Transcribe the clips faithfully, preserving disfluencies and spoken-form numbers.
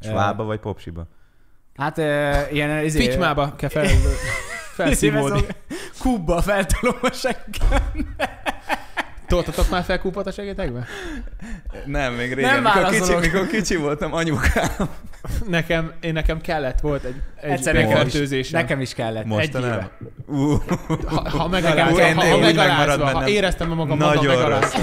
Svába vagy popsiba? Hát uh, ilyen... Izé, Fitymába kell fel, felszívódni. Kubba feltolom a seggem. Toltatok már fel kúpot a segétekbe? Nem, még régen. Mikor kicsi, mikor kicsi voltam, anyukám. Nekem, én nekem kellett, volt egy, egy megfertőzésem. Nekem is kellett. Mostanában. Egy uh. Ha, ha megalázva, ha, ha, megalázva, ha éreztem magam, magam megalázva.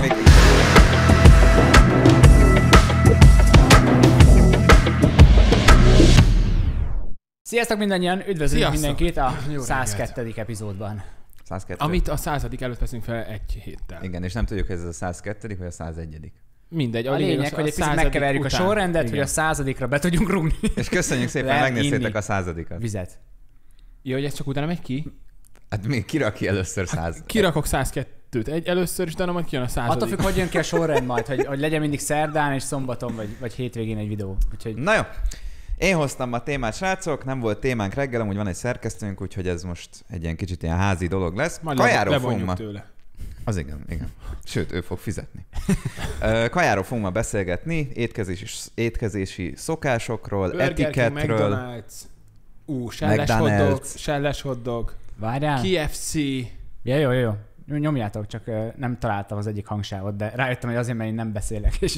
Sziasztok mindannyian, üdvözlünk Sziasztok. mindenkit a száz kettő. epizódban. száz kettő. Amit a századik előtt veszünk fel egy héttel. Igen, és nem tudjuk, hogy ez a száz kettő. vagy a száz egy. Mindegy. A, a lényeg, hogy egy picit megkeverjük után. A sorrendet, igen. Hogy a századikra be tudjunk rúgni. És köszönjük szépen, megnéztétek a századikat. Vizet. Jó, hogy ez csak utána megy ki? Hát még kirak ki először száz. Hát kirakok száz kettőt egy először, és utána majd kijön a századik. Attól függ, hogy jön ki a sorrend majd, hogy, hogy legyen mindig szerdán és szombaton, vagy, vagy hétvégén egy videó. Úgyhogy... Na jó. Én hoztam a témát, srácok, nem volt témánk reggel, amúgy van egy szerkesztőnk, úgyhogy ez most egy ilyen kicsit ilyen házi dolog lesz. Majd Kajáról fogunk ma... tőle. Az igen, igen. Sőt, ő fog fizetni. Kajáról fogunk ma beszélgetni, étkezési, étkezési szokásokról, Burger etiketről. King, McDonald's, ú, selles hotdog, selles hotdog, Várjál. K F C. Ja, jó, jó, jó. Nyomjátok, csak nem találtam az egyik hangsávot, de rájöttem, hogy azért, mert én nem beszélek, és,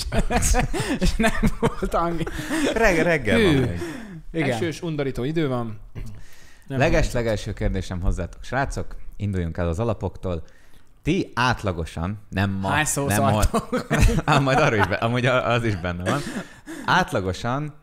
és nem volt hang. Reg- reggel Hű. van még. Igen. Esős, undorító idő van. Leges-legelső kérdésem hozzátok, srácok, induljunk el az alapoktól. Ti átlagosan, nem ma, hány szó nem ma, ám majd arra is, be, amúgy az is benne van. Átlagosan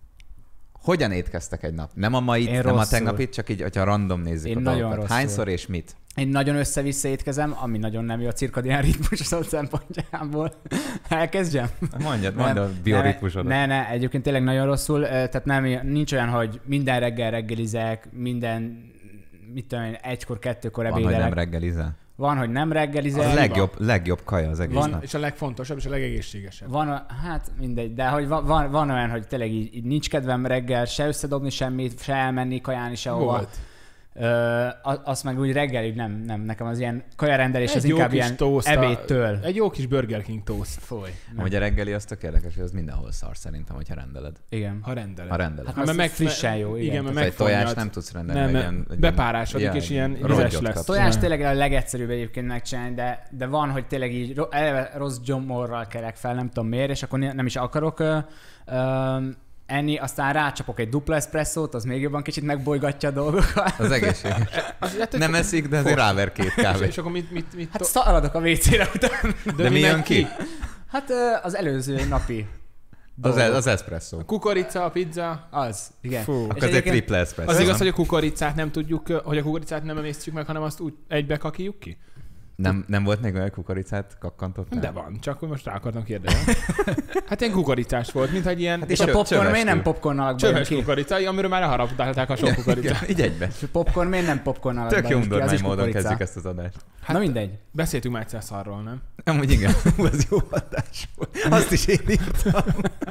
hogyan étkeztek egy nap? Nem a mait, én nem rosszul. A tegnapit, csak így, hogyha random nézzük én a nagyon dolgokat. rosszul. Hányszor és mit? Én nagyon össze-vissza étkezem, ami nagyon nem jó a cirkadián ritmus szempontjából. Elkezdjem? Mondjad, mondd a bioritmusodat. Ne, ne, egyébként tényleg nagyon rosszul. Tehát nem, nincs olyan, hogy minden reggel reggelizek, minden, mit tudom én, egykor, kettőkor ebédelek. Van, hogy nem reggelizel? Van, hogy nem reggelizek. A legjobb, legjobb kaja az egész van, nap. És a legfontosabb, és a legegészségesebb. Van, hát mindegy, de hogy van, van, van olyan, hogy tényleg így, így nincs kedvem reggel se összedobni semmit, se elmenni kajálni sehova. Volt. Ö, azt meg úgy reggelig nem, nem, nekem az ilyen kajarendelés egy az inkább ilyen toast, ebédtől. Egy jó kis Burger King toast. Foly. Amúgy a reggeli az tök érdekes, hogy az mindenhol szar szerintem, hogyha rendeled. Igen. Ha rendeled. Ha rendeled. Hát mert meg frissen jó, igen. Igen, mert egy tojást nem tudsz rendelni. Nem, ilyen, bepárásodik, ilyen, és ilyen vizes lesz. Tojás tényleg a legegyszerűbb egyébként megcsinálni, de, de van, hogy tényleg így eleve rossz gyomorral kerek fel, nem tudom miért, és akkor nem is akarok ö, ö, enni, aztán rácsapok egy dupla eszpresszót, az még jobban kicsit megbolygatja a dolgokat. Az egészséges. Nem eszik, de azért ráver két kávét. És akkor mit... mit, mit hát szaladok a vécére után. De, de mi jön ki? ki? Hát az előző napi. Az, az eszpresszó. A kukorica, a pizza. Az, igen. Fú. Akkor ez egy tripla eszpresszó. Az igaz, hogy a kukoricát nem tudjuk, hogy a kukoricát nem emésztjük meg, hanem azt úgy egybe kakíjuk ki? Nem, nem volt még olyan kukoricát kakkantottál? De van, csak hogy most rá akartam kérdezni. Hát ilyen kukoricás volt, mint egy ilyen... Hát és a popcorn miért nem popcorn alakban jön ki? Csöves kukorica, amiről már leharapdálták a sok kukoricát. Így egybe. És a popcorn miért nem popcorn alakban jön ki? Tök jó undormány módon kezdjük ezt az adást. Hát, na mindegy. Beszéltünk már egyszer szarról, nem? Amúgy igen, az jó adás volt. Azt is én írtam.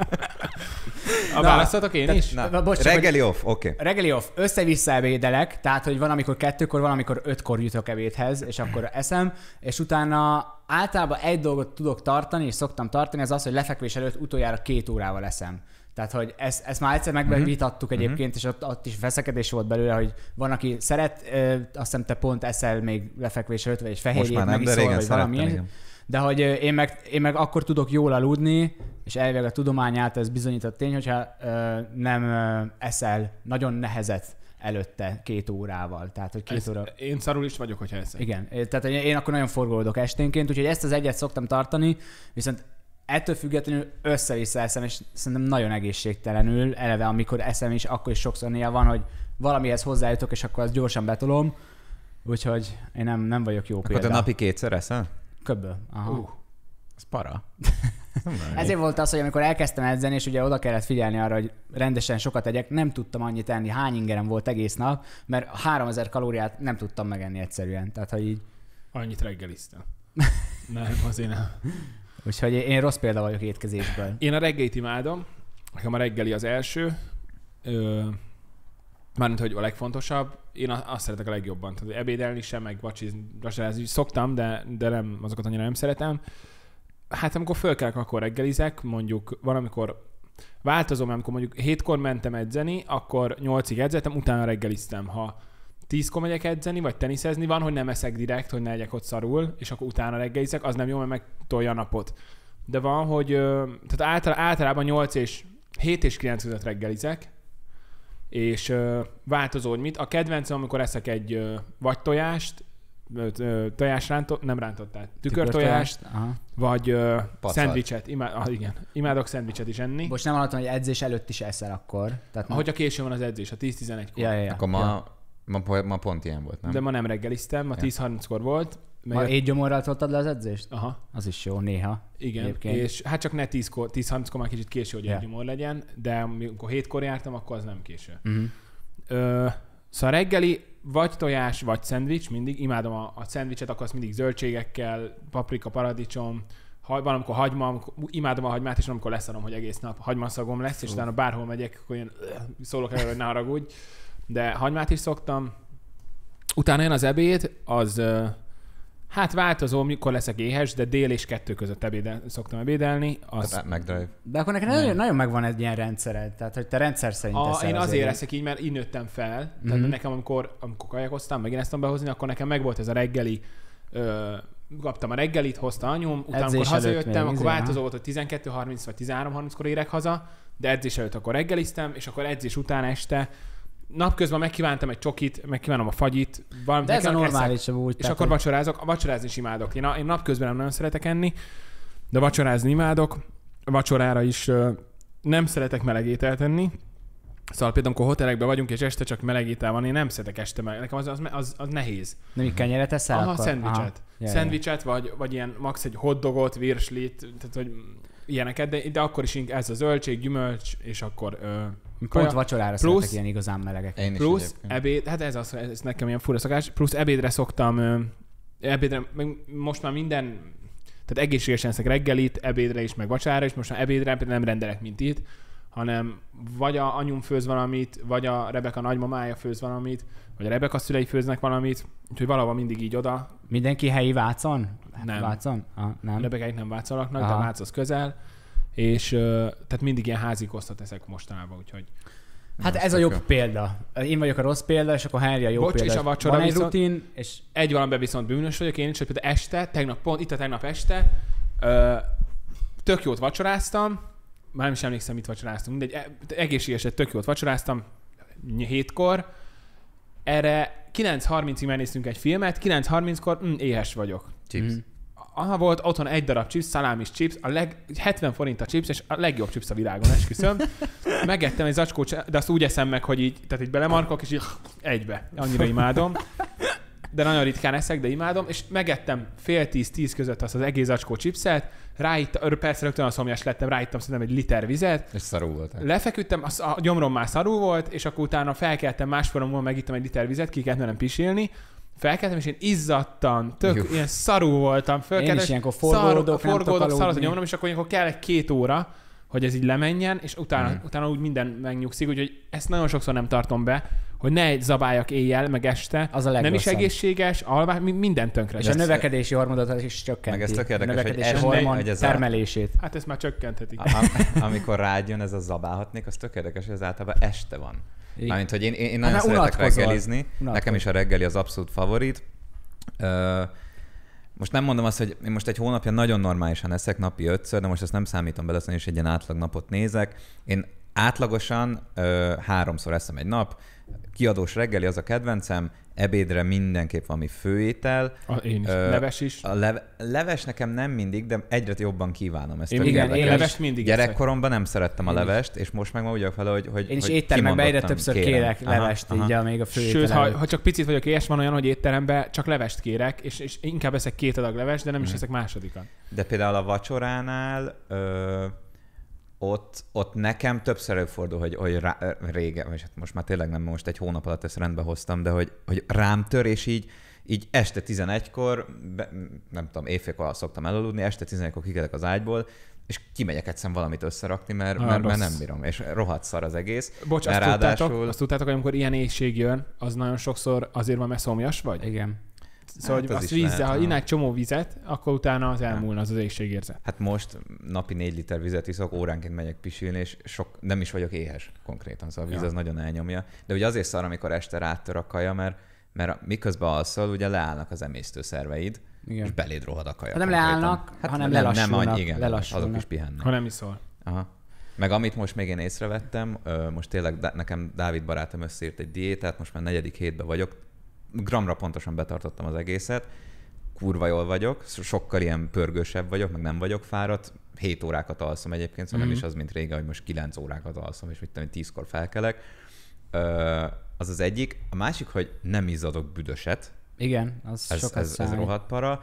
A választatok én is? Na, na, bocs, reggeli off, oké. Okay. Reggeli off. Össze-vissza ebédelek, tehát hogy van, amikor kettőkor, van, amikor ötkor jutok ebédhez, és akkor eszem, és utána általában egy dolgot tudok tartani, és szoktam tartani, az az, hogy lefekvés előtt utoljára két órával eszem. Tehát, hogy ezt, ezt már egyszer megvitattuk uh-huh. egyébként, és ott, ott is veszekedés volt belőle, hogy van, aki szeret, ö, azt hiszem te pont eszel még lefekvés előtt, vagy egy fehérjét megiszol, vagy valamilyen. De hogy én meg, én meg akkor tudok jól aludni, és elvileg a tudomány által ez bizonyított tény, hogyha ö, nem ö, eszel nagyon nehezet előtte két órával. Tehát, hogy két ez, óra... Én szarul is vagyok, hogyha eszem. Igen, tehát én akkor nagyon forgolódok esténként, úgyhogy ezt az egyet szoktam tartani, viszont ettől függetlenül össze-vissza eszem, és szerintem nagyon egészségtelenül, eleve amikor eszem is, akkor is sokszor néha van, hogy valamihez hozzájutok, és akkor azt gyorsan betolom, úgyhogy én nem, nem vagyok jó akkor példa. Akkor te napi kétszer eszel? Köbből. Aha. Uh, ez para. Ezért volt az, hogy amikor elkezdtem edzeni, és ugye oda kellett figyelni arra, hogy rendesen sokat tegyek, nem tudtam annyit enni, hány ingerem volt egész nap, mert háromezer kalóriát nem tudtam megenni egyszerűen. Tehát, hogy így... Annyit reggeliztem. Nem, azért nem. Úgyhogy én rossz példa vagyok étkezésből. Én a reggelit imádom. Nekem a reggeli az első. Ö, mármint, hogy a legfontosabb. Én azt szeretek a legjobban. Tehát ebédelni sem, meg vacsorázni szoktam, de, de nem, azokat annyira nem szeretem. Hát amikor fölkelek, akkor reggelizek. Mondjuk van, amikor változó, mert amikor mondjuk hétkor mentem edzeni, akkor nyolcig edzettem, utána reggeliztem. Ha tízkor megyek edzeni, vagy teniszezni, van, hogy nem eszek direkt, hogy ne legyek ott szarul, és akkor utána reggelizek, az nem jó, mert megtolja a napot. De van, hogy tehát általában, általában nyolc és hét és kilenc között reggelizek, és ö, változó, hogy mit. A kedvencem, amikor eszek egy ö, vagy tojást, ö, ö, tojás rántott, nem rántottál, tükörtojást, vagy ö, szendvicset. Imád, ah, igen, imádok szendvicset is enni. Most nem hallottam, hogy edzés előtt is eszel akkor. Tehát Ahogy a későn van az edzés, a tíz-tizenegykor. Ja, ja, ja. Akkor ma, ja. ma, ma pont ilyen volt, nem? De ma nem reggeliztem, ma tíz-harminckor volt. Ma étgyomorral toltad le az edzést? Aha. Az is jó, néha. Igen, egyébként. És hát csak ne tíz-harminckor már kicsit késő, hogy Ja. étgyomor legyen, de amikor hétkor jártam, akkor az nem késő. Uh-huh. Ö, szóval reggeli vagy tojás, vagy szendvics, mindig. Imádom a, a szendvicset, akkor azt mindig zöldségekkel, paprika, paradicsom, ha, van, amikor hagyma, amikor, imádom a hagymát, és van, amikor leszarom, hogy egész nap hagymaszagom lesz, és utána bárhol megyek, akkor ilyen szólok el, hogy ne haragudj. De hagymát is szoktam. Utána jön az ebéd, az hát változó, mikor leszek éhes, de dél és kettő között ebédel, szoktam ebédelni. Az... McDrive. De akkor neked nagyon, nagyon megvan egy ilyen rendszered, tehát hogy te rendszer szerint a, eszel Én azért azért. leszek így, mert így nőttem fel. Mm-hmm. Tehát Mhm. nekem, amikor, amikor kajakoztam, megint ezt tudom behozni, akkor nekem megvolt ez a reggeli, ö, kaptam a reggelit, hozta anyum, utána Edzés amikor hazajöttem, még, akkor izé, változó volt, hogy tizenkettő harminc vagy tizenhárom harminckor érek haza, de edzés előtt akkor reggeliztem, és akkor edzés után este napközben megkívántam egy csokit, megkívánom a fagyit. De ez a normális úgy. És akkor vacsorázok. A vacsorázni is imádok. Én, én napközben nem nagyon szeretek enni, de vacsorázni imádok. A vacsorára is uh, nem szeretek meleg ételt enni. Szóval például, amikor hotelekben vagyunk, és este csak meleg étel van, én nem szeretek este meleg. Nekem az, az, az, az nehéz. Nem így kenyeret eszel? Aha, akkor? szendvicset. Ja, Szendvicset, vagy, vagy ilyen max egy hotdogot, virslit, tehát hogy ilyeneket, de, de akkor is ez a zöldség, gyümölcs, és akkor... Uh, Pont kaja. vacsorára Plusz- szeretek ilyen igazán melegek. Én is Plusz egyébként. ebéd, hát ez az, ez nekem ilyen fura szokás, plusz ebédre szoktam, ö, ebédre, meg most már minden, tehát egészségesen eszek reggelit, ebédre is, meg vacsorára is, most már ebédre nem rendelek, mint itt, hanem vagy a anyum főz valamit, vagy a Rebeka nagymamája főz valamit, vagy a Rebeka szülei főznek valamit, úgyhogy valahol mindig így oda. Mindenki helyi Vácon? Nem. Vácon? Ah, nem. Rebekáik nem Vácon laknak, de Aha. Vác az közel, és ö, tehát mindig ilyen házi kosztot eszek mostanában, úgyhogy. Hát ez a jobb példa. Én vagyok a rossz példa, és akkor Henry a jó Bocs, példa. és a vacsora Van egy viszont- rutin, és Egy valamiben viszont bűnös vagyok én is, hogy például este, tegnap, pont itt a tegnap este, ö, tök jót vacsoráztam, már nem is emlékszem, mit vacsoráztam, mindegy, e- egészségesen tök jót vacsoráztam hétkor, erre kilenc harmincig megnéztünk egy filmet, kilenc harminckor mm, éhes vagyok. Chips. Mhm. Aha, volt otthon egy darab chips, szalámis chips, a leg, hetven forint a chips, és a legjobb chips a világon, esküszöm. Megettem egy zacskó, de azt úgy eszem meg, hogy így, tehát így belemarkolok, és így egybe. Annyira imádom. De nagyon ritkán eszek, de imádom, és megettem fél tíz-tíz között azt az egész zacskó chipset, ráittam, persze rögtön a szomjas lettem, ráittam szerintem egy liter vizet, És szarú volt. lefeküdtem, az, a gyomrom már szarú volt, és akkor utána felkeltem, másfél múlva megittem egy liter vizet, ki kellett mennem pisilni, felkeltem, és én izzadtan, tök Jó. ilyen szarú voltam, én fölkeltem, is ilyenkor szar, forgolódok, nem tudok forgolódok, szarod a aludni. gyomrom, és akkor ilyenkor kell egy két óra, hogy ez így lemenjen, és utána, Mhm. utána úgy minden megnyugszik, úgyhogy ezt nagyon sokszor nem tartom be, hogy ne egy zabáljak éjjel, meg este. Az a Nem is legrosszabb. egészséges, alvás, mi- minden tönkre. És lesz. a növekedési hormonodat is csökkenti. Meg ez tök érdekes, a hogy növekedési este, hormon hogy ez a- termelését. Hát ezt már csökkenthetik. Am- amikor rád jön ez a zabálhatnék, az tök érdekes, hogy ez általában este van. Igen. Mármint, hogy én, én én Hát nagyon már szeretek unatkozol. reggelizni. Unatkozol. Nekem is a reggeli az abszolút favorit. Ö, most nem mondom azt, hogy én most egy hónapja nagyon normálisan eszek napi ötször, de most ezt nem számítom bele, azt is egy ilyen átlag napot nézek. Én átlagosan ö, háromszor eszem egy nap, kiadós reggeli az a kedvencem, ebédre mindenképp valami főétel. A, én is. Ö, Leves is. A leve, leves nekem nem mindig, de egyre jobban kívánom ezt. Én Tök igen, érdekes. én levest mindig eszek. Gyerekkoromban nem szerettem a Én is. levest, és most meg ma úgy vagyok vele, hogy, hogy Én is hogy éttermekben egyre kimondottan többször kérem. kérek Aha, levest, aha. így a még a főétel Sőt, ha, előtt. ha csak picit vagyok éhes, van olyan, hogy étteremben csak levest kérek, és, és inkább eszek két adag levest, de nem is Mhm. eszek másodikat. De például a vacsoránál ö, ott, ott nekem többször előfordul, hogy, hogy rá, régen, vagy hát most már tényleg nem, most egy hónap alatt ezt rendbe hoztam, de hogy, hogy rám tör, és így, így este tizenegykor, be, nem tudom, éjfélkor szoktam elaludni, este tizenegykor kikelek az ágyból, és kimegyek egyszer valamit összerakni, mert, Ah, mert, mert rossz. nem bírom, és rohadt szar az egész. Bocs, De azt ráadásul- tudtátok, azt tudtátok, hogy amikor ilyen éjség jön, az nagyon sokszor azért van, mert szomjas vagy? Igen. Szóval Hát hát az azt is vízzel, lehet, ha aha. innál egy csomó vizet, akkor utána az elmúlna az az éhségérzet. Hát most napi négy liter vizet iszok, óránként megyek pisilni, és sok, nem is vagyok éhes konkrétan, szóval a víz Ja. az nagyon elnyomja. De ugye azért szar, amikor este rátör a kaja, mert, mert miközben alszol, ugye leállnak az emésztőszerveid, Igen. és beléd rohad a kaja. Hát nem konkrétan. leállnak, hanem nem, lelassulnak, Nem, igen, lelassulnak. azok is pihennek. Ha nem iszol. Aha. Meg amit most még én észrevettem, ö, most tényleg de- nekem Dávid barátom összeírt egy diétát, most már negyedik hétben vagyok, gramra pontosan betartottam az egészet, kurva jól vagyok, sokkal ilyen pörgősebb vagyok, meg nem vagyok fáradt, hét órákat alszom egyébként, szóval mm-hmm. nem is az, mint régen, hogy most kilenc órákat alszom, és mit tudom, tízkor felkelek. Ö, az az egyik. A másik, hogy nem izzadok büdöset. Igen, az Ez, sokat ez, ez számít. rohadt para.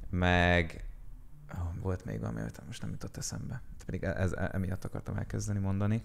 Meg oh, volt még valami, amit most nem jutott eszembe. Pedig ez, emiatt akartam elkezdeni mondani.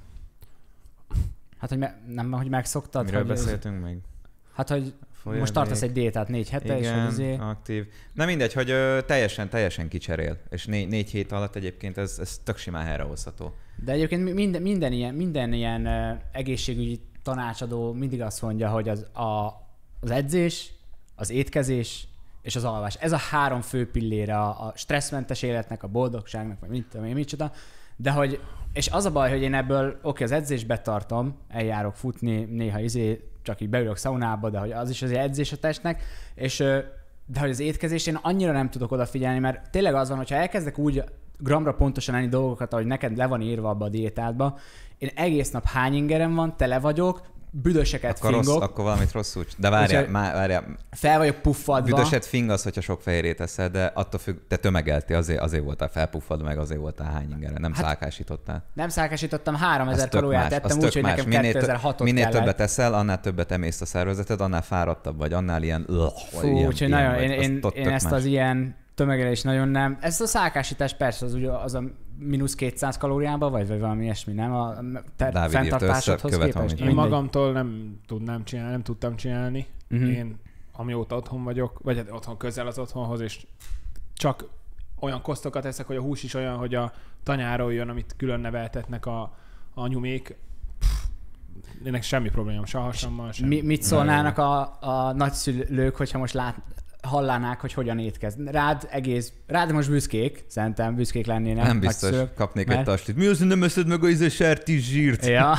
Hát, hogy me, nem, hogy megszoktad. Miről hogy beszéltünk még? Hát, hogy Folyadék. most tartasz egy diétát négy hete, és hogy Igen, azért... aktív. Na mindegy, hogy ö, teljesen, teljesen kicserél. És négy, négy hét alatt egyébként ez, ez tök simán helyrehozható. De egyébként minden, minden ilyen, minden ilyen uh, egészségügyi tanácsadó mindig azt mondja, hogy az, a, az edzés, az étkezés és az alvás. Ez a három fő pillére a, a stresszmentes életnek, a boldogságnak, vagy mit tudom én, micsoda. De hogy, és az a baj, hogy én ebből, oké, az edzést betartom, eljárok futni, néha izé, csak így beülök szaunába, de hogy az is azért edzés a testnek, és ö, de hogy az étkezés, én annyira nem tudok odafigyelni, mert tényleg az van, hogyha elkezdek úgy gramra pontosan enni dolgokat, ahogy neked le van írva abba a diétádba, én egész nap hány ingerem van, tele vagyok, büdöseket Akkor, fingok, rossz, akkor valamit rosszul csinál. De várjál, Úgyhogy- má, várjál. fel vagyok puffadva. Büdöset fingasz, hogyha sok fehérjét eszel, de attól függ, te tömegeltél, azért, azért voltál felpuffadva, meg azért voltál hány ingerre, nem hát, szálkásítottál. Nem szálkásítottam, háromezer Az tök kalóriát más, az tettem tök úgy, hogy más. nekem Minél, kétezer-hatot minél kellett. többet eszel, annál többet emészt a szervezeted, annál fáradtabb vagy, annál ilyen... Ugh, Fú, ilyen, úgyhogy ilyen nagyon, vagy. én, Az én, tot- én tök ezt más. az ilyen tömegelés nagyon nem. Ez a szálkásítás persze az, ugye, az a mínusz kétszáz kalóriába, vagy, vagy valami ilyesmi, nem? A te, Dávid írta fenntartásodhoz össze, követ képest. valamit. Én Mindegy. magamtól nem tudnám csinálni, nem tudtam csinálni. Mhm. Én amióta otthon vagyok, vagy hát otthon közel az otthonhoz, és csak olyan kosztokat eszek, hogy a hús is olyan, hogy a tanyáról jön, amit külön neveltetnek a, a anyumék. Pff, ennek semmi problémám, se hasammal, sem. Mi, mit szólnának a, a nagyszülők, hogyha most lát, hallanák, hogy hogyan étkezd? Rád egész, rád most büszkék, szerintem büszkék lennének. Nem biztos, nagyszülők, kapnék mert- egy taslit. Mi az, hogy nem eszed meg a izé sertis zsírt? Ja.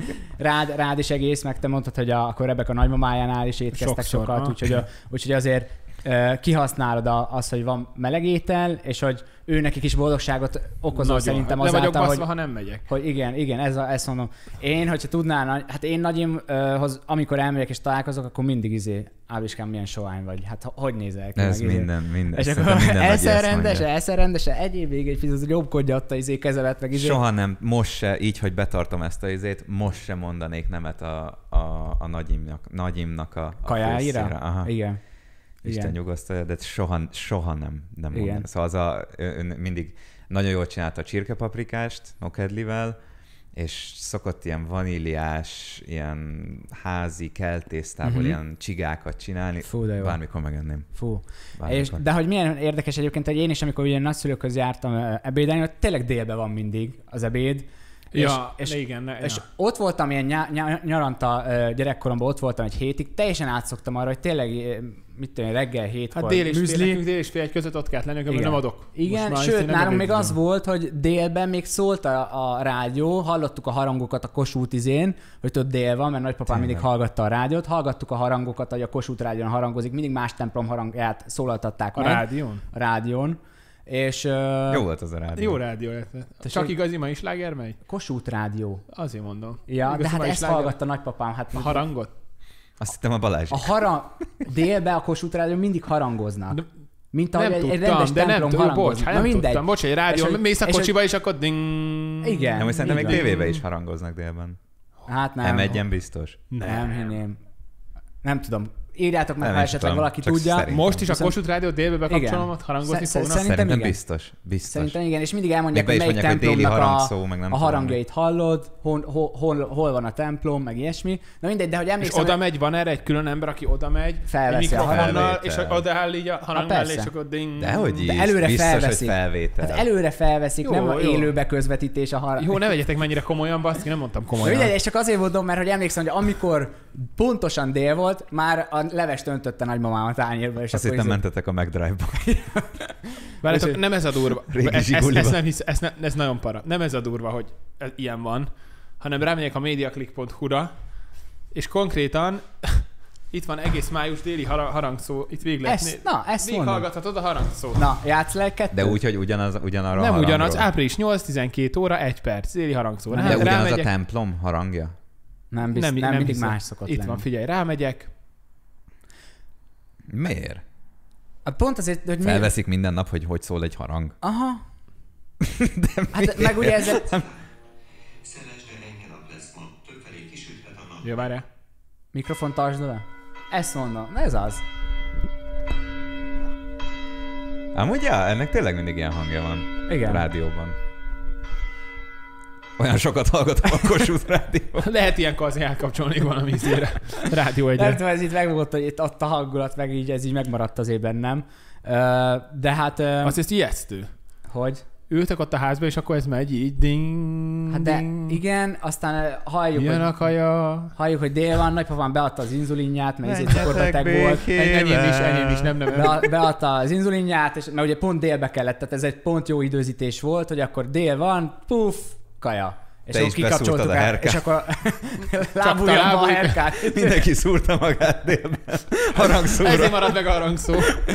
rád, rád is egész, meg te mondtad, hogy a, akkor Rebeka nagymamájánál is étkeztek Sokszor, sokat, ha. úgyhogy, a, úgyhogy azért uh, kihasználod a, az, hogy van meleg étel, és hogy ő nekik is boldogságot okozol Nagyon. szerintem Le vagyok azáltal, baszva, hogy, ha nem megyek. hogy igen, igen, ez a, ezt mondom. Én, hogyha tudnál, hát én nagyimhoz, amikor elmegyek és találkozok, akkor mindig izé, Áviskám, milyen sovány vagy. Hát ho- hogy nézel ki? Ez meg izé. minden, minden. És Szerintem akkor minden nagy eszel ezt rendesen, mondja. eszel rendesen, egyéb még egy picit, jobbkodja ott a izé kezelet, meg izé. Soha nem, most se, így, hogy betartom ezt a izét, most se mondanék nemet a, a, a nagyimnak, nagyimnak a, a Kajáira? főszínre. Aha. Igen. Isten Igen. nyugosztalja, de soha, soha nem, nem Igen. mondanék. Szóval az a, ön mindig nagyon jól csinálta a csirkepaprikást, nokedlivel, és szokott ilyen vaníliás, ilyen házi keltésztából Mhm. ilyen csigákat csinálni. Fú, de jó. Bármikor megenném. Fú. Bármikor. És, de hogy milyen érdekes egyébként, hogy én is, amikor ilyen nagyszülőkhöz jártam ö, ebédelni, ott tényleg délben van mindig az ebéd. Ja, és, és, és, igen. Ne, és ja. ott voltam ilyen ny- ny- nyaranta ö, gyerekkoromban, ott voltam egy hétig, teljesen átszoktam arra, hogy tényleg, ö, mit tudom, én, reggel hétkor Hát dél és fél, műzli. nekünk dél és fél egy között ott kellett lenni, amikor Igen. nem adok. Igen, Most már sőt, ezt én nem nálunk még ebédlem. az volt, hogy délben még szólt a, a rádió, hallottuk a harangokat a Kossuth izén, hogy ott dél van, mert nagypapám Tényleg. mindig hallgatta a rádiót, hallgattuk a harangokat, hogy a Kossuth rádión harangozik, mindig más templom harangját szólaltatták A meg rádión? a rádión. És uh, Jó volt az a rádió. Jó rádió lett. Tessék? Csak igazi ma is láger megy? Kossuth rádió. Azért mondom. Ja, Igazi de hát ma is ezt sláger? hallgatta nagypapám. Hát A harangot? Azt hittem a Balázs. a harang... Délben a Kossuth rádió mindig harangoznak. De Mint ahogy nem egy, tudtam, egy rendes de nem templom tudom, bocs, harangozik. hát Na nem mindegy. tudtam. Bocs, egy rádió, És hogy- mész a és hogy- kocsiba, és akkor ding. Igen. Nem, hogy szerintem így még van. tévébe is harangoznak délben. Hát nem. Nem egyen biztos. Nem hinném. Nem tudom. Írjátok meg, Nem ha is esetleg tudom, valaki csak tudja. szerint. Most is a Viszont- Kossuth Rádió délbe bekapcsolom, Igen. ott harangozni Sze- fognak? Szerintem Szerintem igen. biztos. Biztos. Szerintem igen, és mindig elmondják, Még be hogy is melyik mondják, hogy déli templomnak a, harangszó, meg nem a tudom. harangjait hallod, hol, hol, hol, hol van a templom, meg ilyesmi. Na mindegy, de hogy És emlékszem, oda hogy megy, van erre egy külön ember, aki oda megy, Felveszi egy a mikrofonnal, harangot. és odaáll így a harang persze. mellé, és akkor ding. Dehogy de is. előre biztos, felveszik. hogy felvétel. hát előre felveszik, Jó, nem a jó. élőbe közvetítés a harang. Jó, ne vegyetek mennyire komolyan, baszki, nem mondtam De komolyan. mindegy, és csak azért mondom, mert hogy emlékszem, hogy amikor pontosan dél volt, már a, a levest öntötte nagymamám a tányérba. És azt akkor hittem izé... mentetek a McDrive-ba. Várjátok, nem ez a durva. Ezt, ezt nem hisz, ezt ne, ez nagyon para. Nem ez a durva, hogy ez, ilyen van, hanem rámegyek a mediaclick pont hu-ra, és konkrétan itt van egész május déli harangszó, itt végig lehet. Ezt, na, ezt mondom. Végighallgathatod a harangszót. Na, játsz le kettőt? De úgy, hogy ugyanaz, ugyanarra nem a ugyanaz, harangról. április nyolc tizenkét óra, egy perc, déli harangszó. De Rá, ugyanaz rámegyek, a templom harangja? Nem, bizt, nem, nem, nem mindig hiszem. más szokott Itt lenni. van, figyelj, rámegyek. Miért? Pont azért, hogy mi... Felveszik minden nap, hogy hogy szól egy harang. Aha. De hát meg ugye ez... Szeles, de enyhe nap lesz ma. Többfelé kisüthet a nap. Jó, várjál. Mikrofon tartsd le? Ezt mondom. Ez az. Amúgy ja, ennek tényleg mindig ilyen hangja van. Igen. A rádióban. Olyan sokat hallgatom a Kossuth rádióban. Lehet ilyenkor azért átkapcsolni valami ízére. Rádió Nem egyre. tudom, ez itt megmondott, hogy itt ott a hangulat, meg így, ez így megmaradt azért bennem. De hát... Azt ez ijesztő. Hogy? Ültek ott a házba, és akkor ez megy így, ding, Hát de ding. igen, aztán halljuk, Jön a hogy, kaja. halljuk, hogy dél van, nagypapám beadta az inzulinját, mert ezért Menjetek cukorbeteg volt. békében. Enyém is, enyém is, nem, nem. nem. Be, beadta az inzulinját, és, mert ugye pont délbe kellett, tehát ez egy pont jó időzítés volt, hogy akkor dél van, puff, kaja. És Te akkor is beszúrtad a el, herkát. és akkor lábujjam a herkát. Mindenki szúrta magát délben. Harangszóra. Ezért marad meg a harangszó.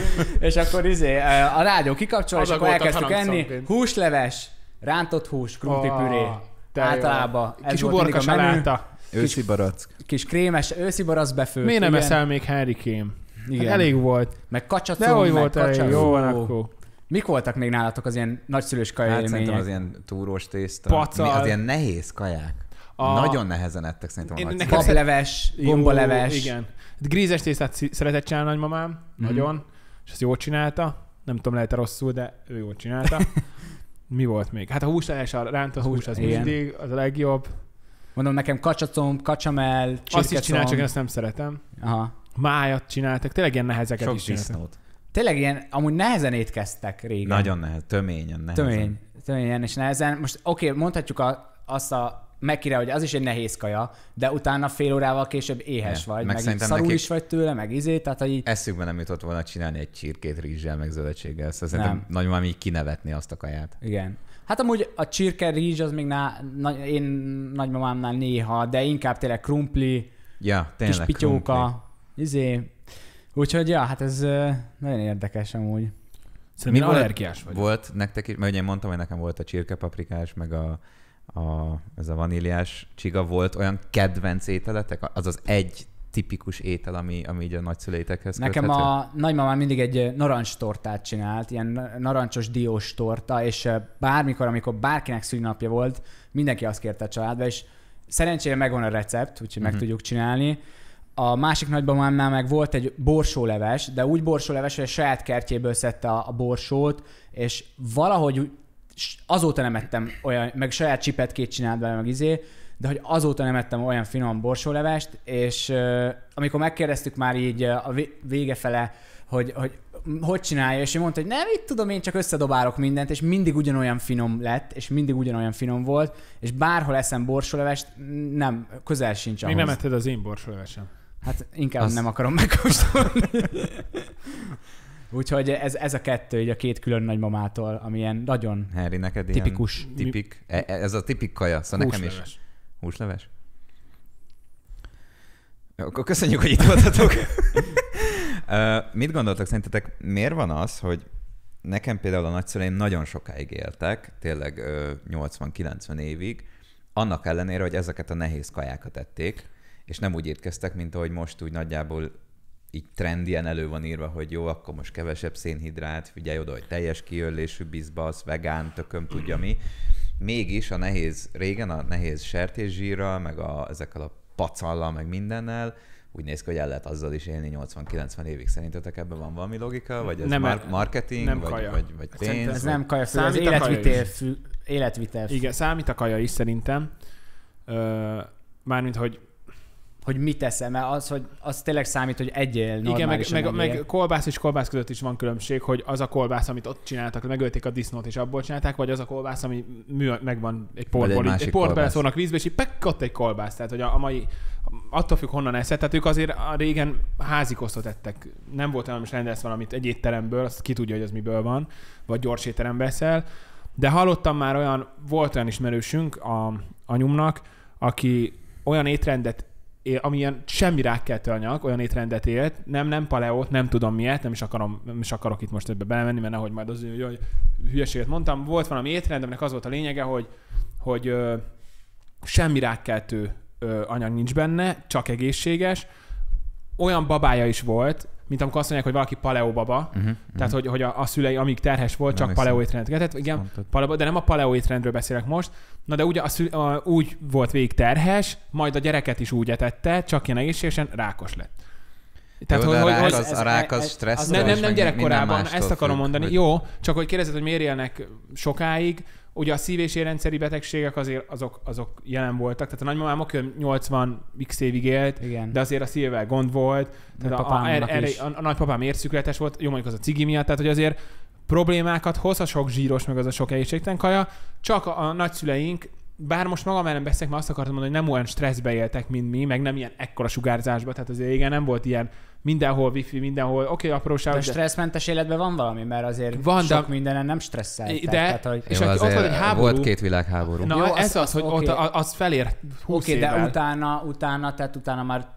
És akkor izé, a rádió kikapcsol, és akkor Adagoltak elkezdtük enni. harangszónként. Húsleves, rántott hús, krumplipüré. Oh, de Általában ez kis volt mindig uborka a menü. saláta. Őszi barack. Kis krémes, őszi barasz befőtt. Miért nem igen. eszel még Harrykém? Igen. Hát elég volt. Meg kacsacom, De hogy meg volt elég, kacsa- jó van Ó. akkor. Mik voltak még nálatok az ilyen nagyszülős Hát szerintem kajaélmények? az ilyen túrós tészta. Pacal. Mi, az ilyen nehéz kaják. A- Nagyon nehezen ettek szerintem a Én- nagy nekem szülők. Bableves, gombaleves. Igen. Grízes tésztát szí- szeretett csinálni nagymamám. Mhm. Nagyon. És azt jól csinálta. Nem tudom, lehet rosszul, de ő jól csinálta. Mi volt még? Hát a húsleves, a rántott Hús- hús, az igen. mindig, az a legjobb. Mondom nekem kacsacom, kacsamel, csirkecom. Azt is csinál, csak én azt nem szeretem. Aha. Májat csináltak, tényleg ilyen nehezeket Sok is csináltak. disznót. Tényleg ilyen, amúgy nehezen étkeztek régen. Nagyon nehez, töményen nehezen. Tömény. Töményen és nehezen. Most oké, okay, mondhatjuk a, azt a Mekire, hogy az is egy nehéz kaja, de utána fél órával később éhes Ja, vagy, meg meg, meg szerintem szarul nekik- is vagy tőle, meg izé, tehát hogy így... Eszükbe nem jutott volna csinálni egy csirkét rizssel, meg zöldséggel. Szóval szerintem Nem. nagymamám így kinevetni azt a kaját. Igen. Hát amúgy a csirke rizs az még ná, na, én nagymamámnál néha, de inkább tényleg krumpli, Ja, kis tényleg. krumpli. pityóka, izé. Úgyhogy ja, hát ez ö, nagyon érdekes amúgy. Szerintem Mi volt- allergiás vagy. Volt nektek is, mert ugye én mondtam, hogy nekem volt a csirkepaprikás, meg a, a, ez a vaníliás csiga, volt olyan kedvenc ételetek? Az az egy tipikus étel, ami, ami így a nagyszüleitekhez Nekem köthető? a nagymamám mindig egy narancstortát csinált, ilyen narancsos diós torta, és bármikor, amikor bárkinek szülinapja volt, mindenki azt kérte a családba, és szerencsére megvan a recept, úgyhogy uh-huh. meg tudjuk csinálni. A másik nagymamámnál meg volt egy borsóleves, de úgy borsóleves, hogy a saját kertjéből szedte a, a borsót, és valahogy úgy- azóta nem ettem olyan, meg saját csipetkét csinált vele, meg izé, de hogy azóta nem ettem olyan finom borsólevest, és uh, amikor megkérdeztük már így uh, a vé- vége fele, hogy, hogy hogy csinálja, és ő mondta, hogy nem, itt tudom, én csak összedobálok mindent, és mindig ugyanolyan finom lett, és mindig ugyanolyan finom volt, és bárhol eszem borsólevest, nem, közel sincs ahhoz. Még nem etted az én borsolevesem. Hát inkább Az- nem akarom megkóstolni. Úgyhogy ez, ez a kettő, így a két külön nagymamától, ami ilyen nagyon Harry, neked tipikus. ilyen tipik? E- e- Ez a tipik kaja, szóval nekem is. Húsleves. Húsleves? Jó, akkor köszönjük, hogy itt voltatok. uh, mit gondoltak szerintetek, miért van az, hogy nekem például a nagyszüleim nagyon sokáig éltek, tényleg uh, nyolcvan-kilencven évig, annak ellenére, hogy ezeket a nehéz kajákat ették, és nem úgy étkeztek, mint ahogy most úgy nagyjából így trendien elő van írva, hogy jó, akkor most kevesebb szénhidrát, figyelj oda, hogy teljes kiöllésű bizbasz, vegán, tököm tudja mi. Mégis a nehéz, régen a nehéz sertészsírral, meg a, ezekkel a pacallal, meg mindennel, úgy néz ki, hogy el lehet azzal is élni nyolcvan-kilencven évig. Szerintetek ebben van valami logika? Vagy ez Nem, mar- marketing? nem vagy, kaja. vagy, vagy Szerintem pénz? Ez vagy... nem kaja fő, ez Számít a kaja életvitel, is. fű, életvitel. Igen, számít a kaja is szerintem. Ö, mármint, hogy Hogy mit teszem, mert az, hogy az tényleg számít, hogy egyél igen, meg, normálisan meg, egyél. meg kolbász és kolbász között is van különbség, hogy az a kolbász, amit ott csináltak, megölték a disznót és abból csinálták, vagy az a kolbász, ami mű, megvan egy Vagy egy portból, egy, másik egy port kolbász. beleszórnak vízbe, és így pekk ott egy kolbász. Tehát, hogy a, a mai, attól függ, honnan eszed. Tehát ők azért a régen házikosztot ettek. Nem volt olyan, hogy rendelsz valamit egy étteremből, azt ki tudja, hogy az miből van, vagy gyors étterembe eszel. De hallottam már olyan, volt olyan ismerősünk a anyumnak, aki olyan étrendet él, amilyen semmi rákkeltő anyag, olyan étrendet élt, nem, nem paleót, nem tudom miért, nem is, akarom, nem is akarok itt most ebbe belemenni, mert nehogy majd az, hogy, hogy hülyeséget mondtam. Volt valami étrend, aminek az volt a lényege, hogy, hogy ö, semmi rákkeltő ö, anyag nincs benne, csak egészséges. Olyan babája is volt, mint amikor azt mondják, hogy valaki paleó baba, uh-huh, tehát uh-huh. hogy, hogy a, a szülei, amíg terhes volt, nem csak paleó étrendet getett. Igen, paleo, de nem a paleó étrendről beszélek most. Na de ugye a szüle, a, úgy volt végig terhes, majd a gyereket is úgy etette, csak ilyen egészségesen rákos lett. Tehát, jó, hogy, a hogy, rák hogy az, a rák az stressz. Nem, nem, nem gyerekkorában, ezt akarom mondani. Hogy... Jó, csak hogy kérdezed, hogy miért élnek sokáig. Ugye a szív- és érrendszeri betegségek azért azok, azok jelen voltak. Tehát a nagymamám oké, nyolcvan x évig élt, igen. De azért a szívével gond volt. Tehát a, a, a, a, a nagypapám érszükletes volt, jó mondjuk az a cigi miatt, tehát hogy azért problémákat hoz a sok zsíros, meg az a sok egészségtelen kaja. Csak a, a nagyszüleink, bár most magam ellen beszélek, mert azt akartam mondani, hogy nem olyan stresszbe éltek, mint mi, meg nem ilyen ekkora sugárzásba, tehát azért igen, nem volt ilyen mindenhol wifi, mindenhol, oké, okay, apróság. De, de stresszmentes életben van valami, mert azért van, sok de... mindenen nem stresszeltek. De, tehát, hogy... és jó, ott volt egy háború. Volt két világháború. Na, jó, ez az, az hogy okay. ott az felér húsz Oké, okay, de utána, utána, tehát utána már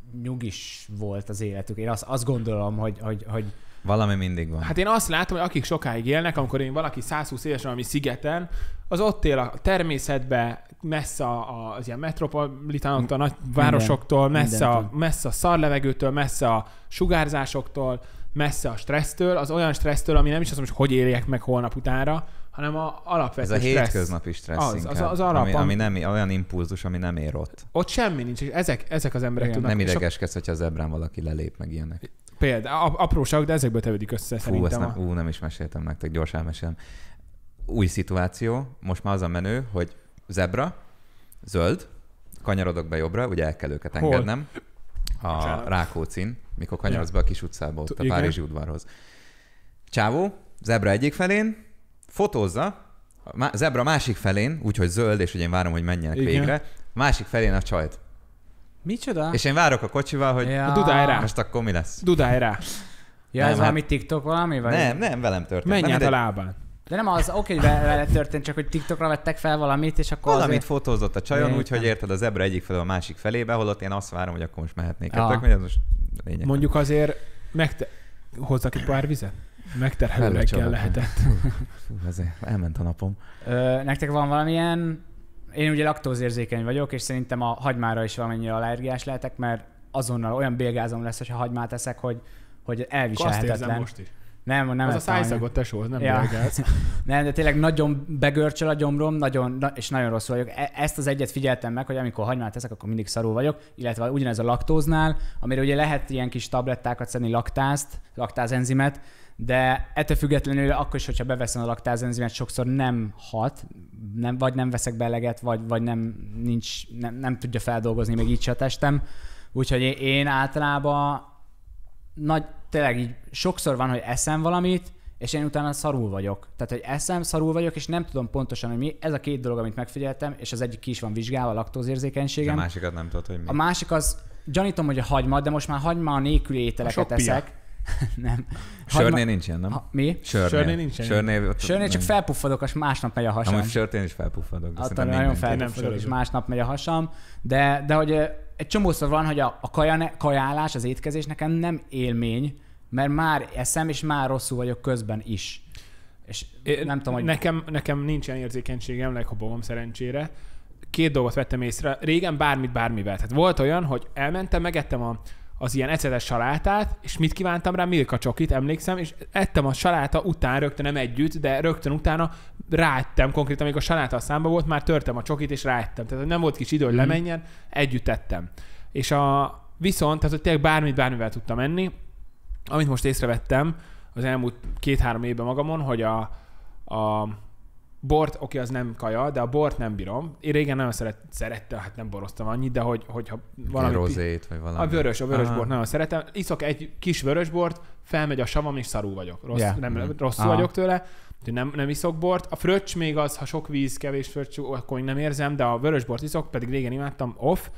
nyugis volt az életük. Én azt, azt gondolom, hogy, hogy, hogy valami mindig van. Hát én azt látom, hogy akik sokáig élnek, amikor én valaki száz húsz éves valami szigeten, az ott él a természetbe, messze az ilyen metropolitánoktól, nagy városoktól, messze a, messze a szarlevegőtől, messze a sugárzásoktól, messze a stressztől, az olyan stressztől, ami nem is azt mondom, hogy hogy éljek meg holnap utánra, hanem a alapvető stressz. Ez a stressz. hétköznapi stressz az, inkább, az, az alap, ami, ami nem, olyan impulzus, ami nem ér ott. Ott semmi nincs, és ezek, ezek az emberek igen, tudnak. nem idegeskedsz, hogyha az ebrán valaki lelép meg ilyenek. Például apróság, de ezekből tevődik össze. Fú, szerintem. Ezt nem, ú, nem is meséltem nektek, gyorsan elmesélem. Új szituáció, most már az a menő, hogy zebra, zöld, kanyarodok be jobbra, ugye el kell őket engednem. Hol? A Rákóczin, mikor kanyarodsz be a kis utcába, ott a Párizsi udvarhoz. Csávó, zebra egyik felén, fotózza, a zebra másik felén, úgyhogy zöld, és ugye én várom, hogy menjenek igen. végre, másik felén a csajt. Micsoda? És én várok a kocsival, hogy ja. Dudálj rá. Most akkor mi lesz? Dudálj rá. Ja, nem, ez valami hát... TikTok valami? Vagy? Nem, nem, velem történt. Menj át de... a lábán. De nem az, oké, hogy vele történt, csak hogy TikTokra vettek fel valamit, és akkor valamit azért... fotózott a csajon, úgyhogy érted az zebra egyik felől a másik felébe, holott én azt várom, hogy akkor most mehetnék. Ah. Tök, most lényeg. Mondjuk azért megte... hozzak egy pár vizet? Megterhelő reggel lehetett. Fú, azért elment a napom. Ö, nektek van valamilyen... Én ugye laktózérzékeny vagyok, és szerintem a hagymára is valamennyire allergiás lehetek, mert azonnal olyan bélgázom lesz, hogyha hagymát eszek, hogy, hogy elviselhetetlen. Azt érzem most is. Nem, nem az a szájszagot tesó, nem ja. bélgáz. Nem, de tényleg nagyon begörcsöl a gyomrom, nagyon, és nagyon rosszul vagyok. Ezt az egyet figyeltem meg, hogy amikor hagymát eszek, akkor mindig szarul vagyok, illetve ugyanez a laktóznál, amire ugye lehet ilyen kis tablettákat szedni, laktázt, laktázenzimet, de ettől függetlenül akkor is, hogyha beveszem a laktázenzimet, sokszor nem hat, nem, vagy nem veszek be eleget, vagy, vagy nem, nincs, nem, nem tudja feldolgozni még így se a testem. Úgyhogy én általában nagy, tényleg így sokszor van, hogy eszem valamit, és én utána szarul vagyok. Tehát, hogy eszem, szarul vagyok, és nem tudom pontosan, hogy mi. Ez a két dolog, amit megfigyeltem, és az egyik ki is van vizsgálva, a laktózérzékenységem. A másikat nem tudod, hogy mi. A másik az, gyanítom, hogy a hagyma, de most már hagyma nélküli ételeket eszek. Nem. Sörnél nincs ilyen, nem? Ha, mi? Sörnél, Sörnél nincs ilyen. Sörnél, Sörnél csak felpuffadok, és másnap megy a hasam. Amúgy sörtén is felpuffadok. Attól nagyon felpuffadok, és másnap megy a hasam. De, de hogy egy csomószor van, hogy a, a kaja, kajálás, az étkezés nekem nem élmény, mert már eszem, és már rosszul vagyok közben is. És é, nem tudom, hogy... Nekem, nekem nincs ilyen érzékenységem, leghobbom szerencsére. Két dolgot vettem észre. Régen bármit bármivel. Tehát volt olyan, hogy elmentem, megettem a az ilyen ecetes salátát, és mit kívántam rá? Milka csokit, emlékszem, és ettem a saláta után, rögtön nem együtt, de rögtön utána ráettem, konkrétan amikor a saláta a számba volt, már törtem a csokit, és ráettem. Tehát nem volt kis idő, hogy lemenjen, együtt ettem. És a viszont, tehát hogy tényleg bármit bármivel tudtam enni, amit most észrevettem az elmúlt két-három évben magamon, hogy a, a bort, oké, az nem kaja, de a bort nem bírom. Én régen nagyon szeret, szerettem, hát nem boroztam annyit, de hogy, hogyha valami... Rozét, vagy valami. A vörös, a vörös bort nagyon szeretem. Iszok egy kis vörös bort, felmegy a savam, és szarul vagyok. Rossz, yeah. nem, mm. Rosszul Aha. vagyok tőle, nem, nem iszok bort. A fröccs még az, ha sok víz, kevés fröccs, akkor nem érzem, de a vörös bort iszok, pedig régen imádtam, off.